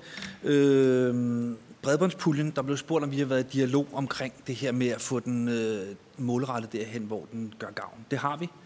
Speaker 7: Øh, bredbåndspuljen, der blev spurgt, om vi har været i dialog omkring det her med at få den øh, målrettet derhen, hvor den gør gavn. Det har vi.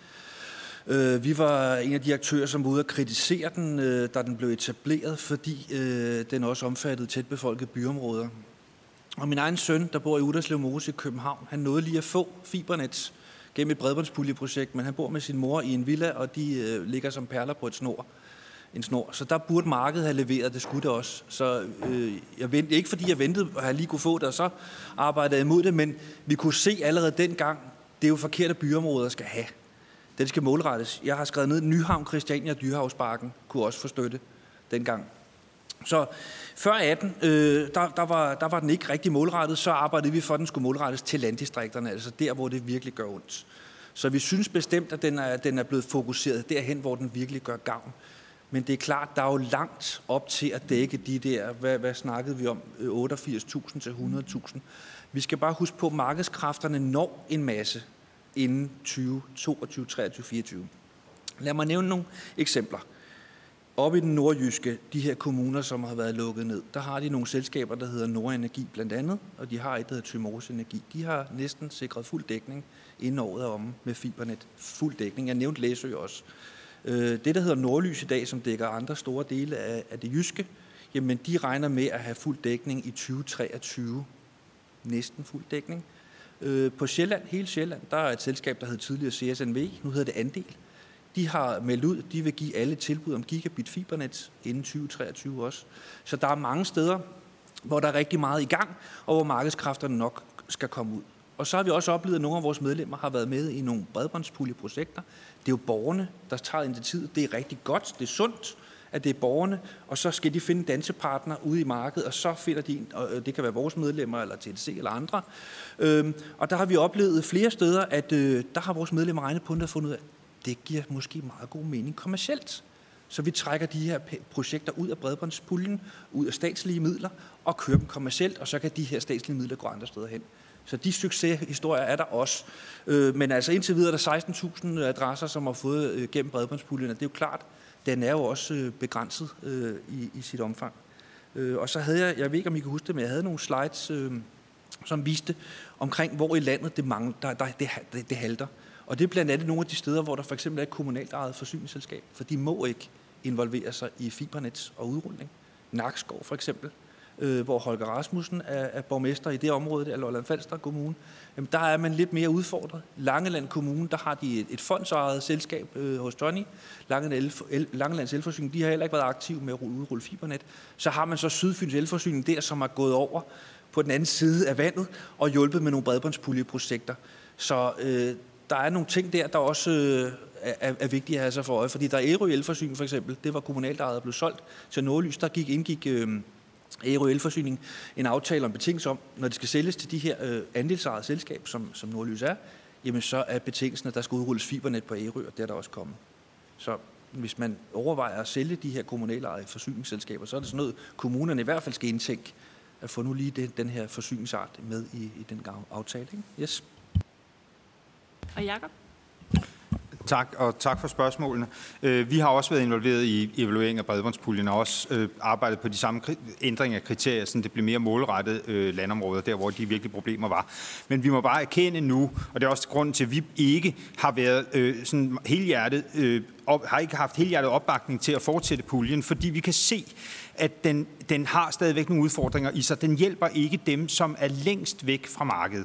Speaker 7: Øh, vi var en af de aktører, som var ude at kritisere den, øh, da den blev etableret, fordi øh, den også omfattede tætbefolkede byområder. Og min egen søn, der bor i Uderslev Mose i København, han nåede lige at få fibernet gennem et bredbåndspuljeprojekt, men han bor med sin mor i en villa, og de øh, ligger som perler på et snor. En snor. Så der burde markedet have leveret, det skulle det også. Så øh, jeg ventede, ikke fordi jeg ventede, at jeg lige kunne få det, og så arbejdede jeg imod det, men vi kunne se allerede dengang, det er jo forkerte byområder skal have. Den skal målrettes. Jeg har skrevet ned, Nyhavn, Christiania og Dyrehavsparken kunne også få støtte dengang. Så før atten, øh, der, der, var, der var den ikke rigtig målrettet, så arbejdede vi for, at den skulle målrettes til landdistrikterne, altså der, hvor det virkelig gør ondt. Så vi synes bestemt, at den er, den er blevet fokuseret derhen, hvor den virkelig gør gavn. Men det er klart, der er jo langt op til at dække de der, hvad, hvad snakkede vi om, otteogfirs tusind til hundrede tusind. Vi skal bare huske på, at markedskræfterne når en masse inden tyve toogtyve, treogtyve, fireogtyve. Lad mig nævne nogle eksempler. Oppe i den nordjyske, de her kommuner, som har været lukket ned, der har de nogle selskaber, der hedder Nordenergi blandt andet, og de har et, der hedder Thy-Mors Energi. De har næsten sikret fuld dækning inden året er omme med fibernet. Fuld dækning. Jeg nævnte Læsø også. Det, der hedder Nordlys i dag, som dækker andre store dele af, af det jyske, jamen de regner med at have fuld dækning i tyve treogtyve. Næsten fuld dækning. På Sjælland, hele Sjælland, der er et selskab, der hed tidligere C S N V, nu hedder det Andel. De har meldt ud, de vil give alle tilbud om gigabit fibernet inden tyve treogtyve også. Så der er mange steder, hvor der er rigtig meget i gang, og hvor markedskræfterne nok skal komme ud. Og så har vi også oplevet, at nogle af vores medlemmer har været med i nogle bredbåndspuljeprojekter. Det er jo borgerne, der tager initiativet. Det er rigtig godt, det er sundt, at det er borgerne, og så skal de finde en dansepartner ude i markedet, og så finder de en, og det kan være vores medlemmer, eller T D C, eller andre. Og der har vi oplevet flere steder, at der har vores medlemmer regnet på, og fundet ud af, det giver måske meget god mening kommercielt. Så vi trækker de her projekter ud af bredbåndspuljen, ud af statslige midler, og kører dem kommercielt, og så kan de her statslige midler gå andre steder hen. Så de succeshistorier er der også. Men altså indtil videre er der seksten tusind adresser, som har fået gennem bredbåndspuljen, og det er jo klart, den er jo også begrænset i, i sit omfang. Og så havde jeg, jeg ved ikke om I kan huske det, men jeg havde nogle slides, som viste omkring, hvor i landet det, mangler, der, der, det, det, det halter. Og det er blandt andet nogle af de steder, hvor der for eksempel er et kommunalt ejet forsyningsselskab, for de må ikke involvere sig i fibernet og udrulning. Nakskov for eksempel, øh, hvor Holger Rasmussen er, er borgmester i det område, der er Lolland Falster Kommune. Jamen, der er man lidt mere udfordret. Langeland Kommune, der har de et, et fondsejet selskab øh, hos Tony. Langeland El, Langelands Elforsyning, de har heller ikke været aktive med at udrulle fibernet. Så har man så Sydfyns Elforsyning der, som er gået over på den anden side af vandet og hjulpet med nogle bredbåndspuljeprojekter. Så øh, der er nogle ting der, der også øh, er, er vigtige at have sig for øje. Fordi der er Ærø Elforsyning for eksempel, det var kommunalt ejet og blev solgt til Nordlys. Der gik, indgik øh, Ærø Elforsyning en aftale om betingelser om, når det skal sælges til de her øh, andelsejede selskab, som, som Nordlys er, jamen så er betingelsen, at der skal udrulles fibernet på Ærø, og det er der også kommet. Så hvis man overvejer at sælge de her kommunale ejede forsyningsselskaber, så er det sådan noget, kommunerne i hvert fald skal indtænke at få nu lige det, den her forsyningsart med i, i den aftale. Ikke? Yes.
Speaker 1: Og Jakob?
Speaker 6: Tak, og tak for spørgsmålene. Vi har også været involveret i evaluering af bredbåndspuljen og også arbejdet på de samme ændringer af kriterier, så det bliver mere målrettet landområder, der hvor de virkelige problemer var. Men vi må bare erkende nu, og det er også grunden til, at vi ikke har været sådan helhjertet, har ikke haft helhjertet opbakning til at fortsætte puljen, fordi vi kan se, at den, den har stadigvæk nogle udfordringer i sig. Den hjælper ikke dem, som er længst væk fra markedet.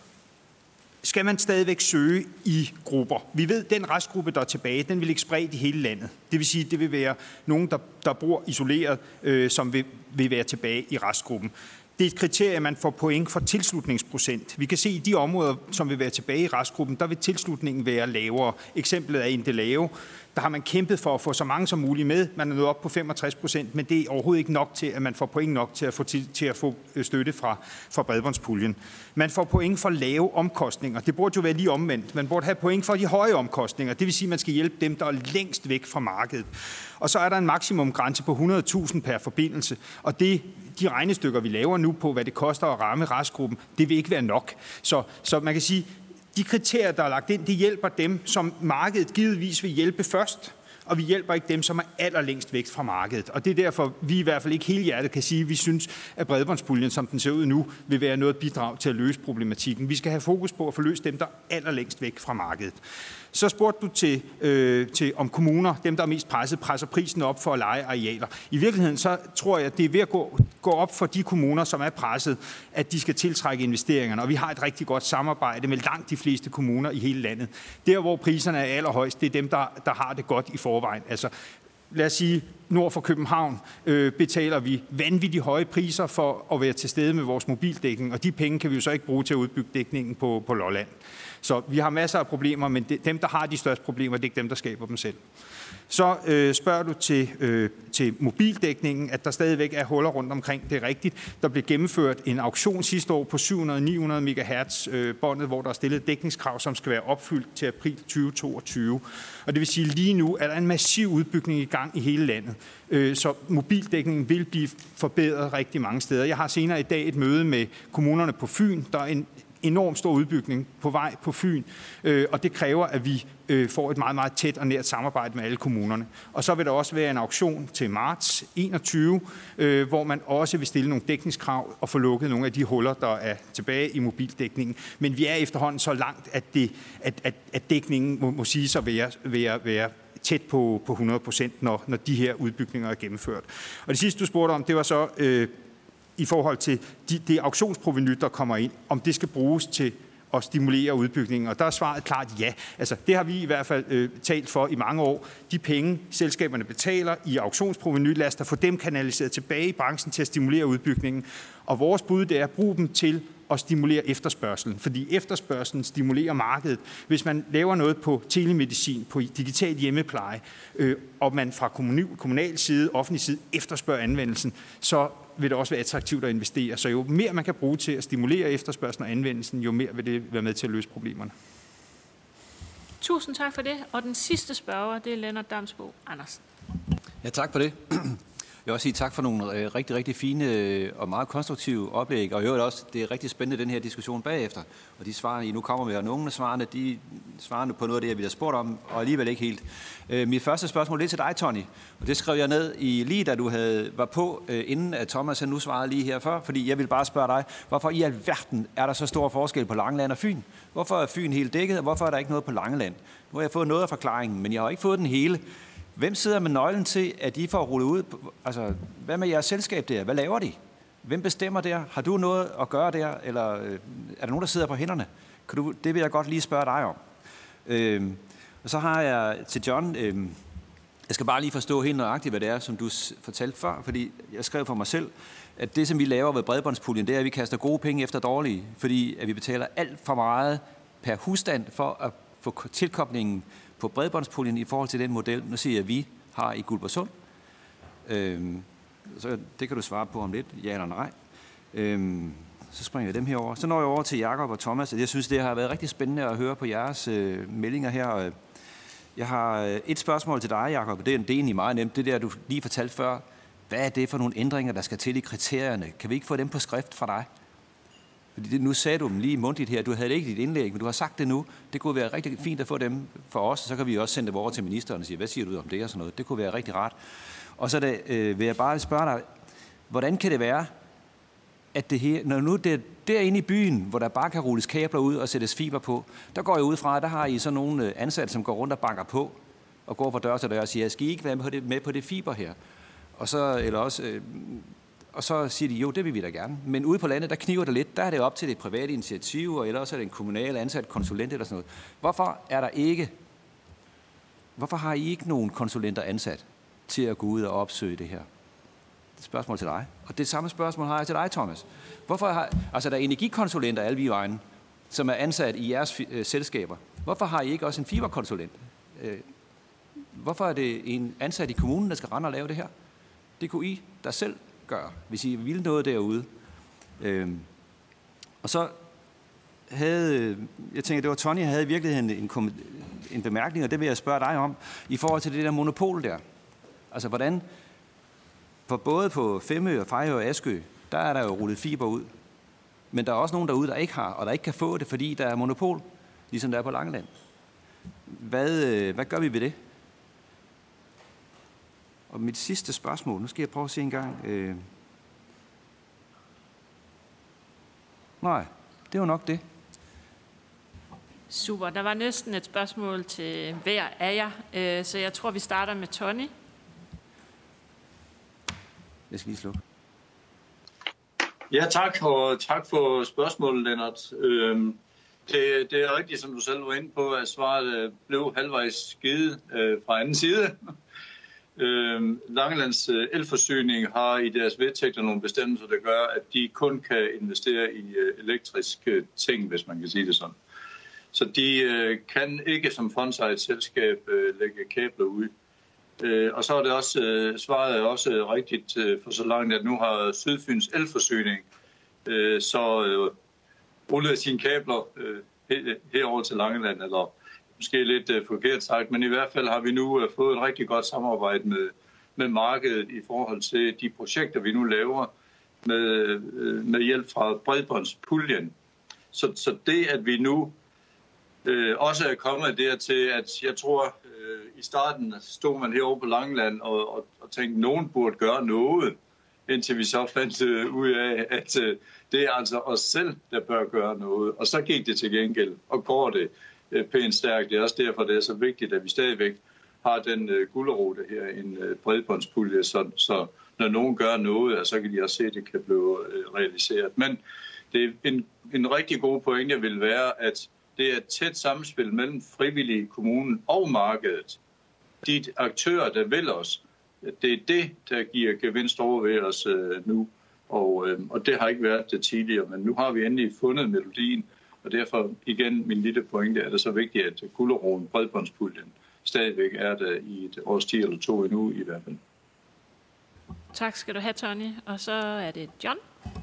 Speaker 6: Skal man stadigvæk søge i grupper? Vi ved, at den restgruppe, der er tilbage, den vil ikke spredt i hele landet. Det vil sige, at det vil være nogen, der, der bor isoleret, øh, som vil, vil være tilbage i restgruppen. Det er et kriterie, man får point for tilslutningsprocent. Vi kan se, at i de områder, som vil være tilbage i restgruppen, der vil tilslutningen være lavere. Eksemplet er Endelave. Der har man kæmpet for at få så mange som muligt med. Man er nået op på femogtres procent, men det er overhovedet ikke nok til, at man får point nok til at få, til, til at få støtte fra, fra bredbåndspuljen. Man får point for lave omkostninger. Det burde jo være lige omvendt. Man burde have point for de høje omkostninger. Det vil sige, at man skal hjælpe dem, der er længst væk fra markedet. Og så er der en maksimumgrænse på hundrede tusind per forbindelse. Og det, de regnestykker, vi laver nu på, hvad det koster at ramme restgruppen, det vil ikke være nok. Så, så man kan sige, de kriterier, der er lagt ind, de hjælper dem, som markedet givetvis vil hjælpe først, og vi hjælper ikke dem, som er allerlængst væk fra markedet. Og det er derfor, vi i hvert fald ikke helhjertet kan sige, at vi synes, at bredbåndspuljen, som den ser ud nu, vil være noget bidrag til at løse problematikken. Vi skal have fokus på at få løst dem, der er allerlængst væk fra markedet. Så spurgte du til, øh, til, om kommuner, dem der er mest presset, presser prisen op for at leje arealer. I virkeligheden så tror jeg, at det er ved at gå, gå op for de kommuner, som er presset, at de skal tiltrække investeringerne. Og vi har et rigtig godt samarbejde med langt de fleste kommuner i hele landet. Der, hvor priserne er allerhøjst, det er dem, der, der har det godt i forvejen. Altså, lad os sige, nord for København øh, betaler vi vanvittigt høje priser for at være til stede med vores mobildækning, og de penge kan vi jo så ikke bruge til at udbygge dækningen på, på Lolland. Så vi har masser af problemer, men det, dem, der har de største problemer, det er ikke dem, der skaber dem selv. Så øh, spørger du til, øh, til mobildækningen, at der stadigvæk er huller rundt omkring. Det er rigtigt. Der blev gennemført en auktion sidste år på syv hundrede til ni hundrede megahertz øh, båndet, hvor der er stillet et dækningskrav, som skal være opfyldt til april tyve toogtyve. Og det vil sige, at lige nu er der en massiv udbygning i gang i hele landet. Øh, så mobildækningen vil blive forbedret rigtig mange steder. Jeg har senere i dag et møde med kommunerne på Fyn. Der er en enormt stor udbygning på vej på Fyn, øh, og det kræver, at vi øh, får et meget, meget tæt og nært samarbejde med alle kommunerne. Og så vil der også være en auktion til marts enogtyve, øh, hvor man også vil stille nogle dækningskrav og få lukket nogle af de huller, der er tilbage i mobildækningen. Men vi er efterhånden så langt, at, det, at, at, at dækningen må, må sige sig være, være, være tæt på, på hundrede procent, når, når de her udbygninger er gennemført. Og det sidste, du spurgte om, det var så øh, i forhold til de, det auktionsprovenu, der kommer ind, om det skal bruges til at stimulere udbygningen. Og der er svaret klart ja. Altså, det har vi i hvert fald øh, talt for i mange år. De penge, selskaberne betaler i auktionsprovenu, lad os da få dem kanaliseret tilbage i branchen til at stimulere udbygningen. Og vores bud, det er at bruge dem til at stimulere efterspørgselen, fordi efterspørgselen stimulerer markedet. Hvis man laver noget på telemedicin, på digital hjemmepleje, øh, og man fra kommunal, kommunal side, offentlig side efterspørger anvendelsen, så vil det også være attraktivt at investere. Så jo mere man kan bruge til at stimulere efterspørgselen og anvendelsen, jo mere vil det være med til at løse problemerne.
Speaker 1: Tusind tak for det. Og den sidste spørger, det er Lennart Damsbo Andersen.
Speaker 10: Ja, tak for det. Jeg vil også sige tak for nogle øh, rigtig, rigtig fine øh, og meget konstruktive oplæg, og i øvrigt også, det er rigtig spændende, den her diskussion bagefter. Og de svar, I nu kommer med, og nogle af svarene, de svarene på noget af det, jeg ville have spurgt om, og alligevel ikke helt. Øh, mit første spørgsmål, det er til dig, Tony, og det skrev jeg ned i lige, da du havde, var på, øh, inden at Thomas nu svarede lige her før, fordi jeg vil bare spørge dig, hvorfor i alverden er der så stor forskel på Langeland og Fyn? Hvorfor er Fyn helt dækket, og hvorfor er der ikke noget på Langeland? Nu har jeg fået noget af forklaringen, men jeg har ikke fået den hele. Hvem sidder med nøglen til, at de får rullet ud? Altså, hvad med jeres selskab der? Hvad laver de? Hvem bestemmer der? Har du noget at gøre der? Eller øh, er der nogen, der sidder på hænderne? Kan du, det vil jeg godt lige spørge dig om. Øh, og så har jeg til John, øh, jeg skal bare lige forstå helt nøjagtigt, hvad det er, som du fortalte før, fordi jeg skrev for mig selv, at det, som vi laver ved bredbåndspuljen, det er, at vi kaster gode penge efter dårlige, fordi at vi betaler alt for meget per husstand for at få tilkoblingen på bredbåndspuljen i forhold til den model, nu siger jeg, at vi har i Guldborgsund. Øhm, så det kan du svare på om lidt, ja eller nej. Øhm, så springer jeg dem herover. Så når jeg over til Jakob og Thomas, og jeg synes, det har været rigtig spændende at høre på jeres øh, meldinger her. Jeg har et spørgsmål til dig, Jakob, og det er, det er egentlig meget nemt. Det der, du lige fortalte før, hvad er det for nogle ændringer, der skal til i kriterierne? Kan vi ikke få dem på skrift fra dig? Fordi det, nu sagde du dem lige mundtligt her, du havde det ikke i dit indlæg, men du har sagt det nu. Det kunne være rigtig fint at få dem for os, og så kan vi også sende dem over til ministeren og sige, hvad siger du om det og sådan noget. Det kunne være rigtig rart. Og så det, øh, vil jeg bare spørge dig, hvordan kan det være, at det her, når nu det er derinde i byen, hvor der bare kan rulles kabler ud og sættes fiber på, der går jeg ud fra, at der har I så nogle ansatte, som går rundt og banker på, og går fra dør til dør og siger, skal I ikke være med på det, med på det fiber her? Og så, eller også, øh, og så siger de, jo, det vil vi da gerne. Men ude på landet, der kniver det lidt. Der er det op til det private initiativ, og ellers er det en kommunal ansat konsulent eller sådan noget. Hvorfor er der ikke, hvorfor har I ikke nogen konsulenter ansat til at gå ud og opsøge det her? Det er et spørgsmål til dig. Og det samme spørgsmål har jeg til dig, Thomas. Hvorfor har, altså der er energikonsulenter alle vi vejen, som er ansat i jeres øh, selskaber. Hvorfor har I ikke også en fiberkonsulent? Øh, hvorfor er det en ansat i kommunen, der skal rende og lave det her? Det kunne I der selv gøre, hvis I ville noget derude. Øhm, og så havde, jeg tænker, det var Tony, havde i virkeligheden en, en bemærkning, og det vil jeg spørge dig om, i forhold til det der monopol der. Altså hvordan, for både på Femø og Fejø og Askø, der er der jo rullet fiber ud. Men der er også nogen derude, der ikke har, og der ikke kan få det, fordi der er monopol, ligesom der er på Langeland. Hvad, hvad gør vi ved det? Og mit sidste spørgsmål, nu skal jeg prøve at se en gang. Øh... Nej, det var nok det.
Speaker 1: Super, der var næsten et spørgsmål til hver af jer, så jeg tror, vi starter med Tony.
Speaker 10: Jeg skal lige slukke.
Speaker 2: Ja, tak, og tak for spørgsmålet, Lennart. Øhm, det, det er rigtigt, som du selv var inde på, at svaret blev halvvejs givet øh, fra anden side. Øhm, Langelands øh, elforsyning har i deres vedtægter nogle bestemmelser, der gør, at de kun kan investere i øh, elektriske ting, hvis man kan sige det sådan. Så de øh, kan ikke som fondsejet selskab øh, lægge kabler ud. Øh, og så er det også, øh, svaret er også rigtigt øh, for så langt, at nu har Sydfyns elforsyning øh, så øh, rullet sine kabler øh, herover til Langeland, eller måske lidt øh, forkert sagt, men i hvert fald har vi nu øh, fået et rigtig godt samarbejde med, med markedet i forhold til de projekter, vi nu laver med, øh, med hjælp fra bredbåndspuljen. Så, så det, at vi nu øh, også er kommet dertil, at jeg tror, øh, i starten stod man herovre på Langeland og, og, og tænkte, at nogen burde gøre noget, indtil vi så fandt øh, ud af, at øh, det er altså os selv, der bør gøre noget. Og så gik det til gengæld, og går det øh, pænt stærkt. Det er også derfor, det er så vigtigt, at vi stadigvæk har den øh, gulerode her, en øh, bredbåndspulje, så, så når nogen gør noget, så kan de også se, at det kan blive øh, realiseret. Men det er en, en rigtig god pointe vil være, at det er et tæt samspil mellem frivillige kommunen og markedet. De aktører, der vil os, det er det, der giver gevinst over ved os øh, nu. Og, øh, og det har ikke været det tidligere, men nu har vi endelig fundet melodien. Og derfor igen min lille pointe, er det så vigtigt, at guleroden, bredbåndspuljen, stadigvæk er der i et års tid eller to endnu i hvert fald.
Speaker 1: Tak skal du have, Tony. Og så er det John.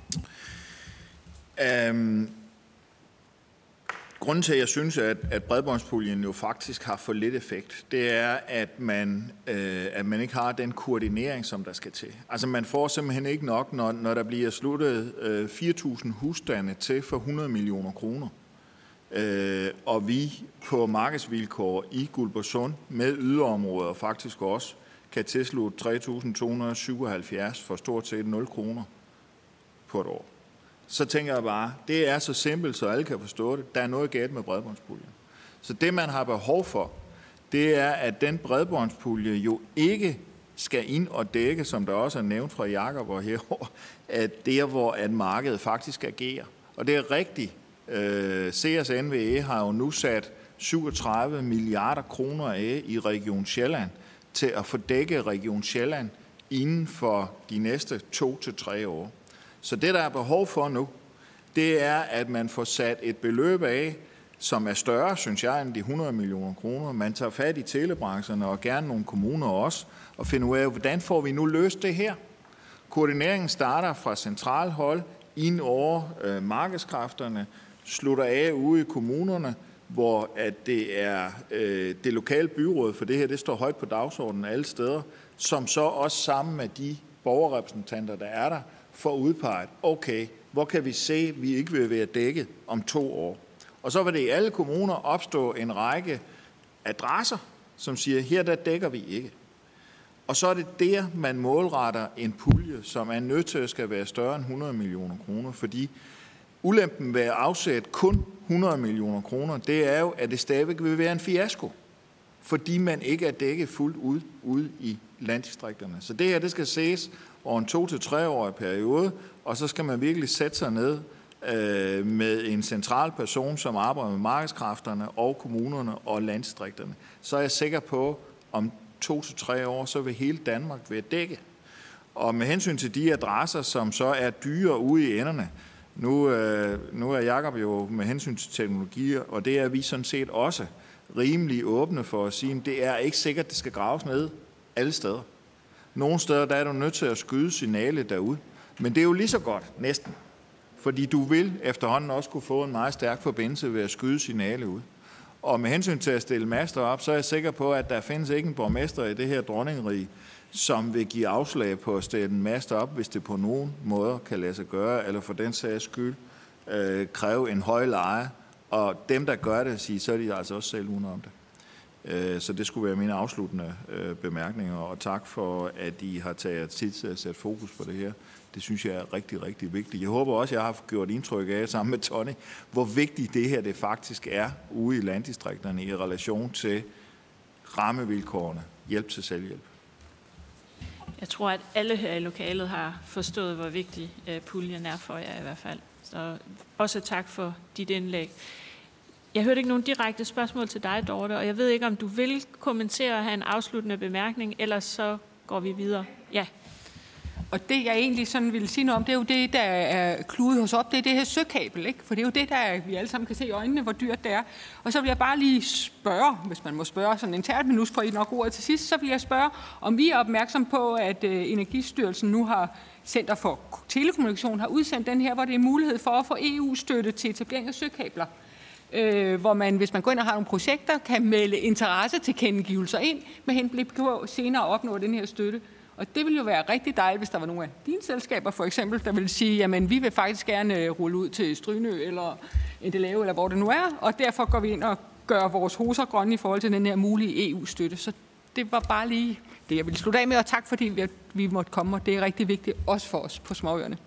Speaker 3: Um Grunden til, at jeg synes, at, at bredbåndspuljen jo faktisk har for lidt effekt, det er, at man, øh, at man ikke har den koordinering, som der skal til. Altså man får simpelthen ikke nok, når, når der bliver sluttet øh, fire tusind husstande til for hundrede millioner kroner. Øh, og vi på markedsvilkår i Guldborgsund med yderområder faktisk også kan tilslutte tre tusind to hundrede syvoghalvfjerds for stort set nul kroner på et år. Så tænker jeg bare, det er så simpelt, så alle kan forstå det. Der er noget galt med bredbåndspuljen. Så det, man har behov for, det er, at den bredbåndspulje jo ikke skal ind og dække, som der også er nævnt fra Jakob og herovre, at der, hvor at markedet faktisk agerer. Og det er rigtigt. C S N V E har jo nu sat syvogtredive milliarder kroner af i Region Sjælland til at få dækket Region Sjælland inden for de næste to til tre år. Så det, der er behov for nu, det er, at man får sat et beløb af, som er større, synes jeg, end de hundrede millioner kroner. Man tager fat i telebrancherne og gerne nogle kommuner også, og finder ud af, hvordan får vi nu løst det her? Koordineringen starter fra central hold, ind over øh, markedskræfterne, slutter af ude i kommunerne, hvor at det er øh, det lokale byråd, for det her det står højt på dagsordenen alle steder, som så også sammen med de borgerrepræsentanter, der er der, for udpeget, okay, hvor kan vi se, at vi ikke vil være dækket om to år. Og så vil det i alle kommuner opstå en række adresser, som siger, her der dækker vi ikke. Og så er det der, man målretter en pulje, som er nødt til at skal være større end hundrede millioner kroner, fordi ulempen ved at afsætte kun hundrede millioner kroner, det er jo, at det stadigvæk vil være en fiasko, fordi man ikke er dækket fuldt ud ude i landdistrikterne. Så det her, det skal ses over en to til tre årig periode, og så skal man virkelig sætte sig ned øh, med en central person, som arbejder med markedskræfterne og kommunerne og landdistrikterne. Så er jeg sikker på, om to til tre år, så vil hele Danmark være dækket. Og med hensyn til de adresser, som så er dyre ude i enderne, nu, øh, nu er Jakob jo med hensyn til teknologier, og det er vi sådan set også rimelig åbne for at sige, at det er ikke sikkert, at det skal graves ned alle steder. Nogle steder, der er du nødt til at skyde signalet derude. Men det er jo lige så godt, næsten. Fordi du vil efterhånden også kunne få en meget stærk forbindelse ved at skyde signalet ud. Og med hensyn til at stille master op, så er jeg sikker på, at der findes ikke en borgmester i det her dronningerige, som vil give afslag på at stille en master op, hvis det på nogen måder kan lade sig gøre, eller for den sags skyld øh, kræve en høj leje. Og dem, der gør det, siger, så er de altså også selv uden om det. Øh, så det skulle være mine afsluttende øh, bemærkninger, og tak for, at I har taget tid til at sætte fokus på det her. Det synes jeg er rigtig, rigtig vigtigt. Jeg håber også, at jeg har gjort indtryk af, sammen med Tony, hvor vigtigt det her det faktisk er ude i landdistrikterne i relation til rammevilkårene, hjælp til selvhjælp.
Speaker 1: Jeg tror, at alle her i lokalet har forstået, hvor vigtig puljen er for jer i hvert fald. Så også tak for dit indlæg. Jeg hørte ikke nogen direkte spørgsmål til dig, Dorte, og jeg ved ikke, om du vil kommentere og have en afsluttende bemærkning, ellers så går vi videre. Ja.
Speaker 4: Og det, jeg egentlig sådan ville sige noget om, det er jo det, der er kludet hos op, det er det her søkabel, ikke? For det er jo det, der vi alle sammen kan se i øjnene, hvor dyrt det er. Og så vil jeg bare lige spørge, hvis man må spørge sådan internt, men nu får I nok ordet til sidst, så vil jeg spørge, om vi er opmærksom på, at uh, Energistyrelsen nu har Center for Telekommunikation har udsendt den her, hvor det er mulighed for at få E U-støtte til etablering af søkabler. Øh, hvor man, hvis man går ind og har nogle projekter, kan melde interessetilkendegivelser ind med henblik på senere at opnå den her støtte. Og det ville jo være rigtig dejligt, hvis der var nogle af dine selskaber, for eksempel, der ville sige, jamen vi vil faktisk gerne rulle ud til Strynø eller Endelave, eller hvor det nu er, og derfor går vi ind og gør vores hoser grønne i forhold til den her mulige E U-støtte. Så det var bare lige det, jeg ville slutte af med, og tak fordi vi, vi måtte komme, og det er rigtig vigtigt, også for os på Småøerne.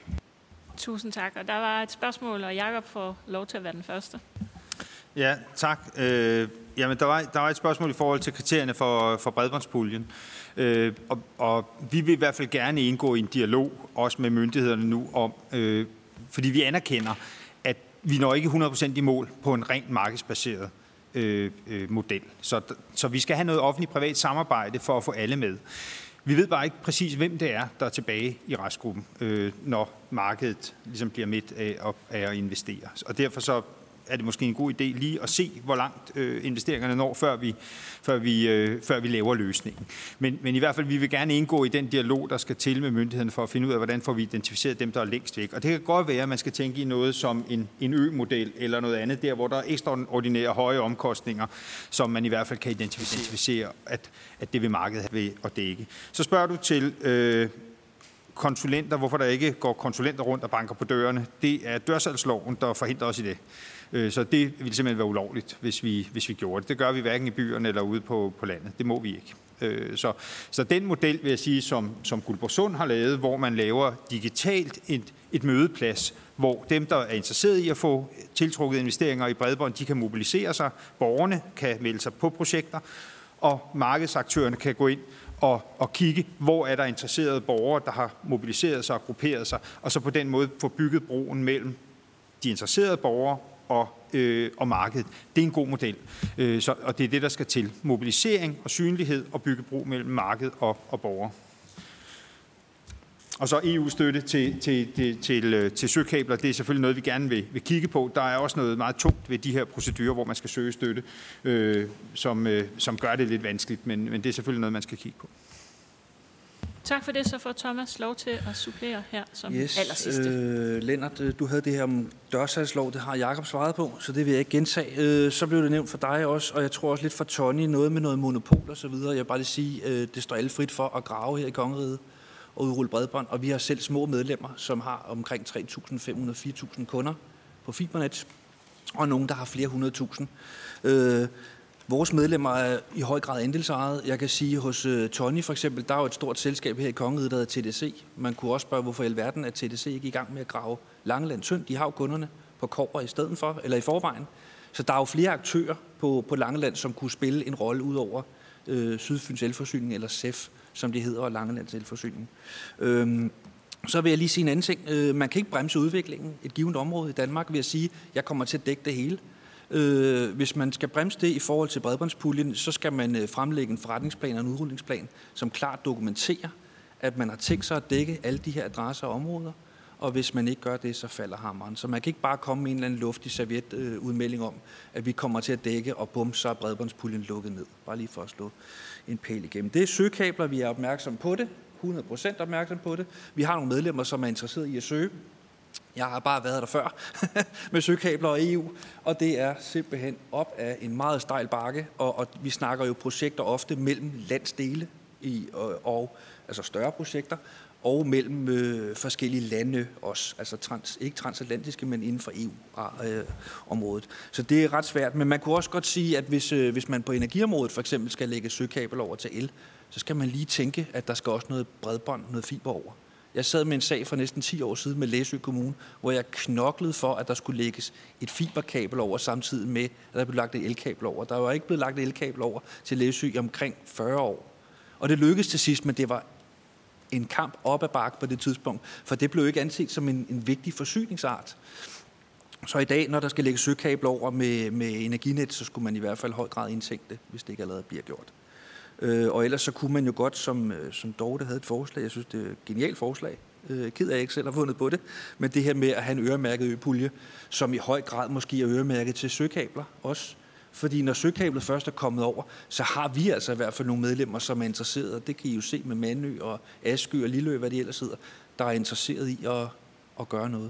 Speaker 1: Tusind tak. Og der var et spørgsmål, og Jakob får lov til at være den første.
Speaker 6: Ja, tak. Øh, jamen, der var, der var et spørgsmål i forhold til kriterierne for, for bredbåndspuljen. Øh, og, og vi vil i hvert fald gerne indgå i en dialog, også med myndighederne nu, om, øh, fordi vi anerkender, at vi når ikke hundrede procent i mål på en rent markedsbaseret øh, øh, model. Så, så vi skal have noget offentligt-privat samarbejde for at få alle med. Vi ved bare ikke præcis, hvem det er, der er tilbage i restgruppen, øh, når markedet ligesom bliver midt af, af at investere. Og derfor så er det måske en god idé lige at se, hvor langt øh, investeringerne når, før vi, før vi, øh, før vi laver løsningen. Men, men i hvert fald, vi vil gerne indgå i den dialog, der skal til med myndighederne for at finde ud af, hvordan får vi identificeret dem, der er længst væk. Og det kan godt være, at man skal tænke i noget som en, en ø-model eller noget andet, der hvor der er ekstraordinære høje omkostninger, som man i hvert fald kan identificere, at, at det vil markedet have ved at dække. Så spørger du til øh, konsulenter, hvorfor der ikke går konsulenter rundt og banker på dørene. Det er dørsalgsloven, der forhindrer os i det. Så det ville simpelthen være ulovligt, hvis vi, hvis vi gjorde det. Det gør vi hverken i byerne eller ude på, på landet. Det må vi ikke. Så, så den model, vil jeg sige, som, som Guldborgsund har lavet, hvor man laver digitalt et, et mødeplads, hvor dem, der er interesseret i at få tiltrukket investeringer i bredbånd, de kan mobilisere sig, borgerne kan melde sig på projekter, og markedsaktørerne kan gå ind og, og kigge, hvor er der interesserede borgere, der har mobiliseret sig og grupperet sig, og så på den måde få bygget broen mellem de interesserede borgere og, øh, og markedet. Det er en god model, øh, så, og det er det, der skal til. Mobilisering og synlighed og bygge bro mellem marked og, og borgere. Og så E U-støtte til, til, til, til, til søkabler, det er selvfølgelig noget, vi gerne vil, vil kigge på. Der er også noget meget tungt ved de her procedurer, hvor man skal søge støtte, øh, som, øh, som gør det lidt vanskeligt, men, men det er selvfølgelig noget, man skal kigge på.
Speaker 1: Tak for det, så får Thomas lov til at supplere her som
Speaker 7: yes,
Speaker 1: allersidste.
Speaker 7: Øh, Lennart, du havde det her om dørsalgslov, det har Jakob svaret på, så det vil jeg ikke gentage. Øh, så blev det nævnt for dig også, og jeg tror også lidt for Tony, noget med noget monopol og så videre. Jeg vil bare lige sige, øh, det står alle frit for at grave her i Kongeriget. udrulle bredbånd, og vi har selv små medlemmer, som har omkring tre tusind fem hundrede til fire tusind kunder på fibernet, og nogen, der har flere hundrede tusind. Øh, vores medlemmer er i høj grad andelsejet. Jeg kan sige, hos uh, Tony for eksempel, der er jo et stort selskab her i Kongeriget, der hedder T D C. Man kunne også spørge, hvorfor i alverden er T D C ikke i gang med at grave Langeland tynd. De har jo kunderne på kobber i stedet for, eller i forvejen. Så der er jo flere aktører på, på Langeland, som kunne spille en rolle ud over øh, Sydfyns Elforsyning, eller S E F, som det hedder, og Langelands Elforsyning. Øhm, så vil jeg lige sige en anden ting. Øh, man kan ikke bremse udviklingen i et givet område i Danmark ved at sige, at jeg kommer til at dække det hele. Øh, hvis man skal bremse det i forhold til bredbåndspuljen, så skal man øh, fremlægge en forretningsplan og en udrullingsplan, som klart dokumenterer, at man har tænkt sig at dække alle de her adresser og områder. Og hvis man ikke gør det, så falder hammeren. Så man kan ikke bare komme med en eller anden luftig servietudmelding øh, om, at vi kommer til at dække, og bum, så er bredbåndspuljen lukket ned. Bare lige for at slå en pæl igennem. Det er søgekabler, vi er opmærksom på det. hundrede procent opmærksom på det. Vi har nogle medlemmer, som er interesseret i at søge. Jeg har bare været der før med søgekabler og E U, og det er simpelthen op af en meget stejl bakke, og, og vi snakker jo projekter ofte mellem landsdele i, og, og altså større projekter, og mellem øh, forskellige lande også, altså trans, ikke transatlantiske, men inden for E U-området. Øh, så det er ret svært, men man kunne også godt sige, at hvis, øh, hvis man på energiområdet for eksempel skal lægge søgekabel over til el, så skal man lige tænke, at der skal også noget bredbånd, noget fiber over. Jeg sad med en sag for næsten ti år siden med Læsø Kommune, hvor jeg knoklede for, at der skulle lægges et fiberkabel over, samtidig med, at der blev lagt et elkabel over. Der var ikke blevet lagt et elkabel over til Læsø i omkring fyrre år. Og det lykkedes til sidst, men det var en kamp op ad bakke på det tidspunkt, for det blev ikke anset som en, en vigtig forsyningsart. Så i dag, når der skal lægges søgekabel over med, med Energinet, så skulle man i hvert fald i høj grad indtænke det, hvis det ikke allerede bliver gjort. Øh, og ellers så kunne man jo godt, som, som Dorte havde et forslag, jeg synes, det er et genialt forslag, øh, ked af, at jeg ikke selv har fundet på det, men det her med at have en øremærket øpulje, som i høj grad måske er øremærket til søgekabler også. Fordi når søgekablet først er kommet over, så har vi altså i hvert fald nogle medlemmer, som er interesserede, og det kan I jo se med Mandø og Askø og Lilleø, hvad de ellers hedder, der er interesseret i at, at gøre noget.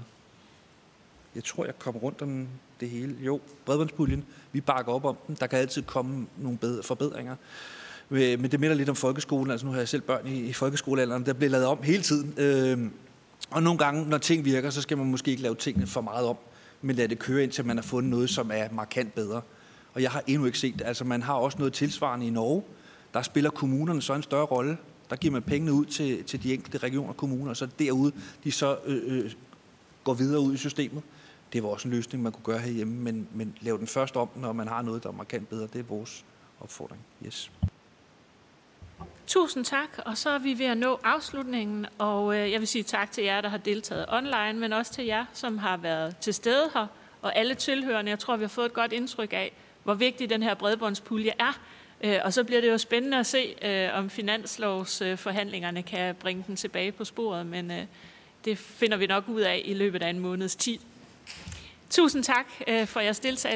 Speaker 7: Jeg tror, jeg kommer rundt om det hele. Jo, bredbåndspuljen, vi bakker op om den. Der kan altid komme nogle bedre forbedringer. Men det minder lidt om folkeskolen. Altså nu har jeg selv børn i, i folkeskolealderen. Der bliver lavet om hele tiden. Øh, og nogle gange, når ting virker, så skal man måske ikke lave tingene for meget om, men lade det køre, indtil man har fundet noget, som er markant bedre. Og jeg har endnu ikke set det. Altså man har også noget tilsvarende i Norge. Der spiller kommunerne så en større rolle. Der giver man pengene ud til, til de enkelte regioner og kommuner, og så derude, de så øh, øh, går videre ud i systemet. Det var også en løsning, man kunne gøre herhjemme, men, men lave den først om, når man har noget, der er markant bedre. Det er vores opfordring. Yes.
Speaker 1: Tusind tak, og så er vi ved at nå afslutningen, og jeg vil sige tak til jer, der har deltaget online, men også til jer, som har været til stede her, og alle tilhørende. Jeg tror, vi har fået et godt indtryk af, hvor vigtig den her bredbåndspulje er, og så bliver det jo spændende at se, om finanslovsforhandlingerne kan bringe den tilbage på sporet, men det finder vi nok ud af i løbet af en måneds tid. Tusind tak for jeres deltagelse.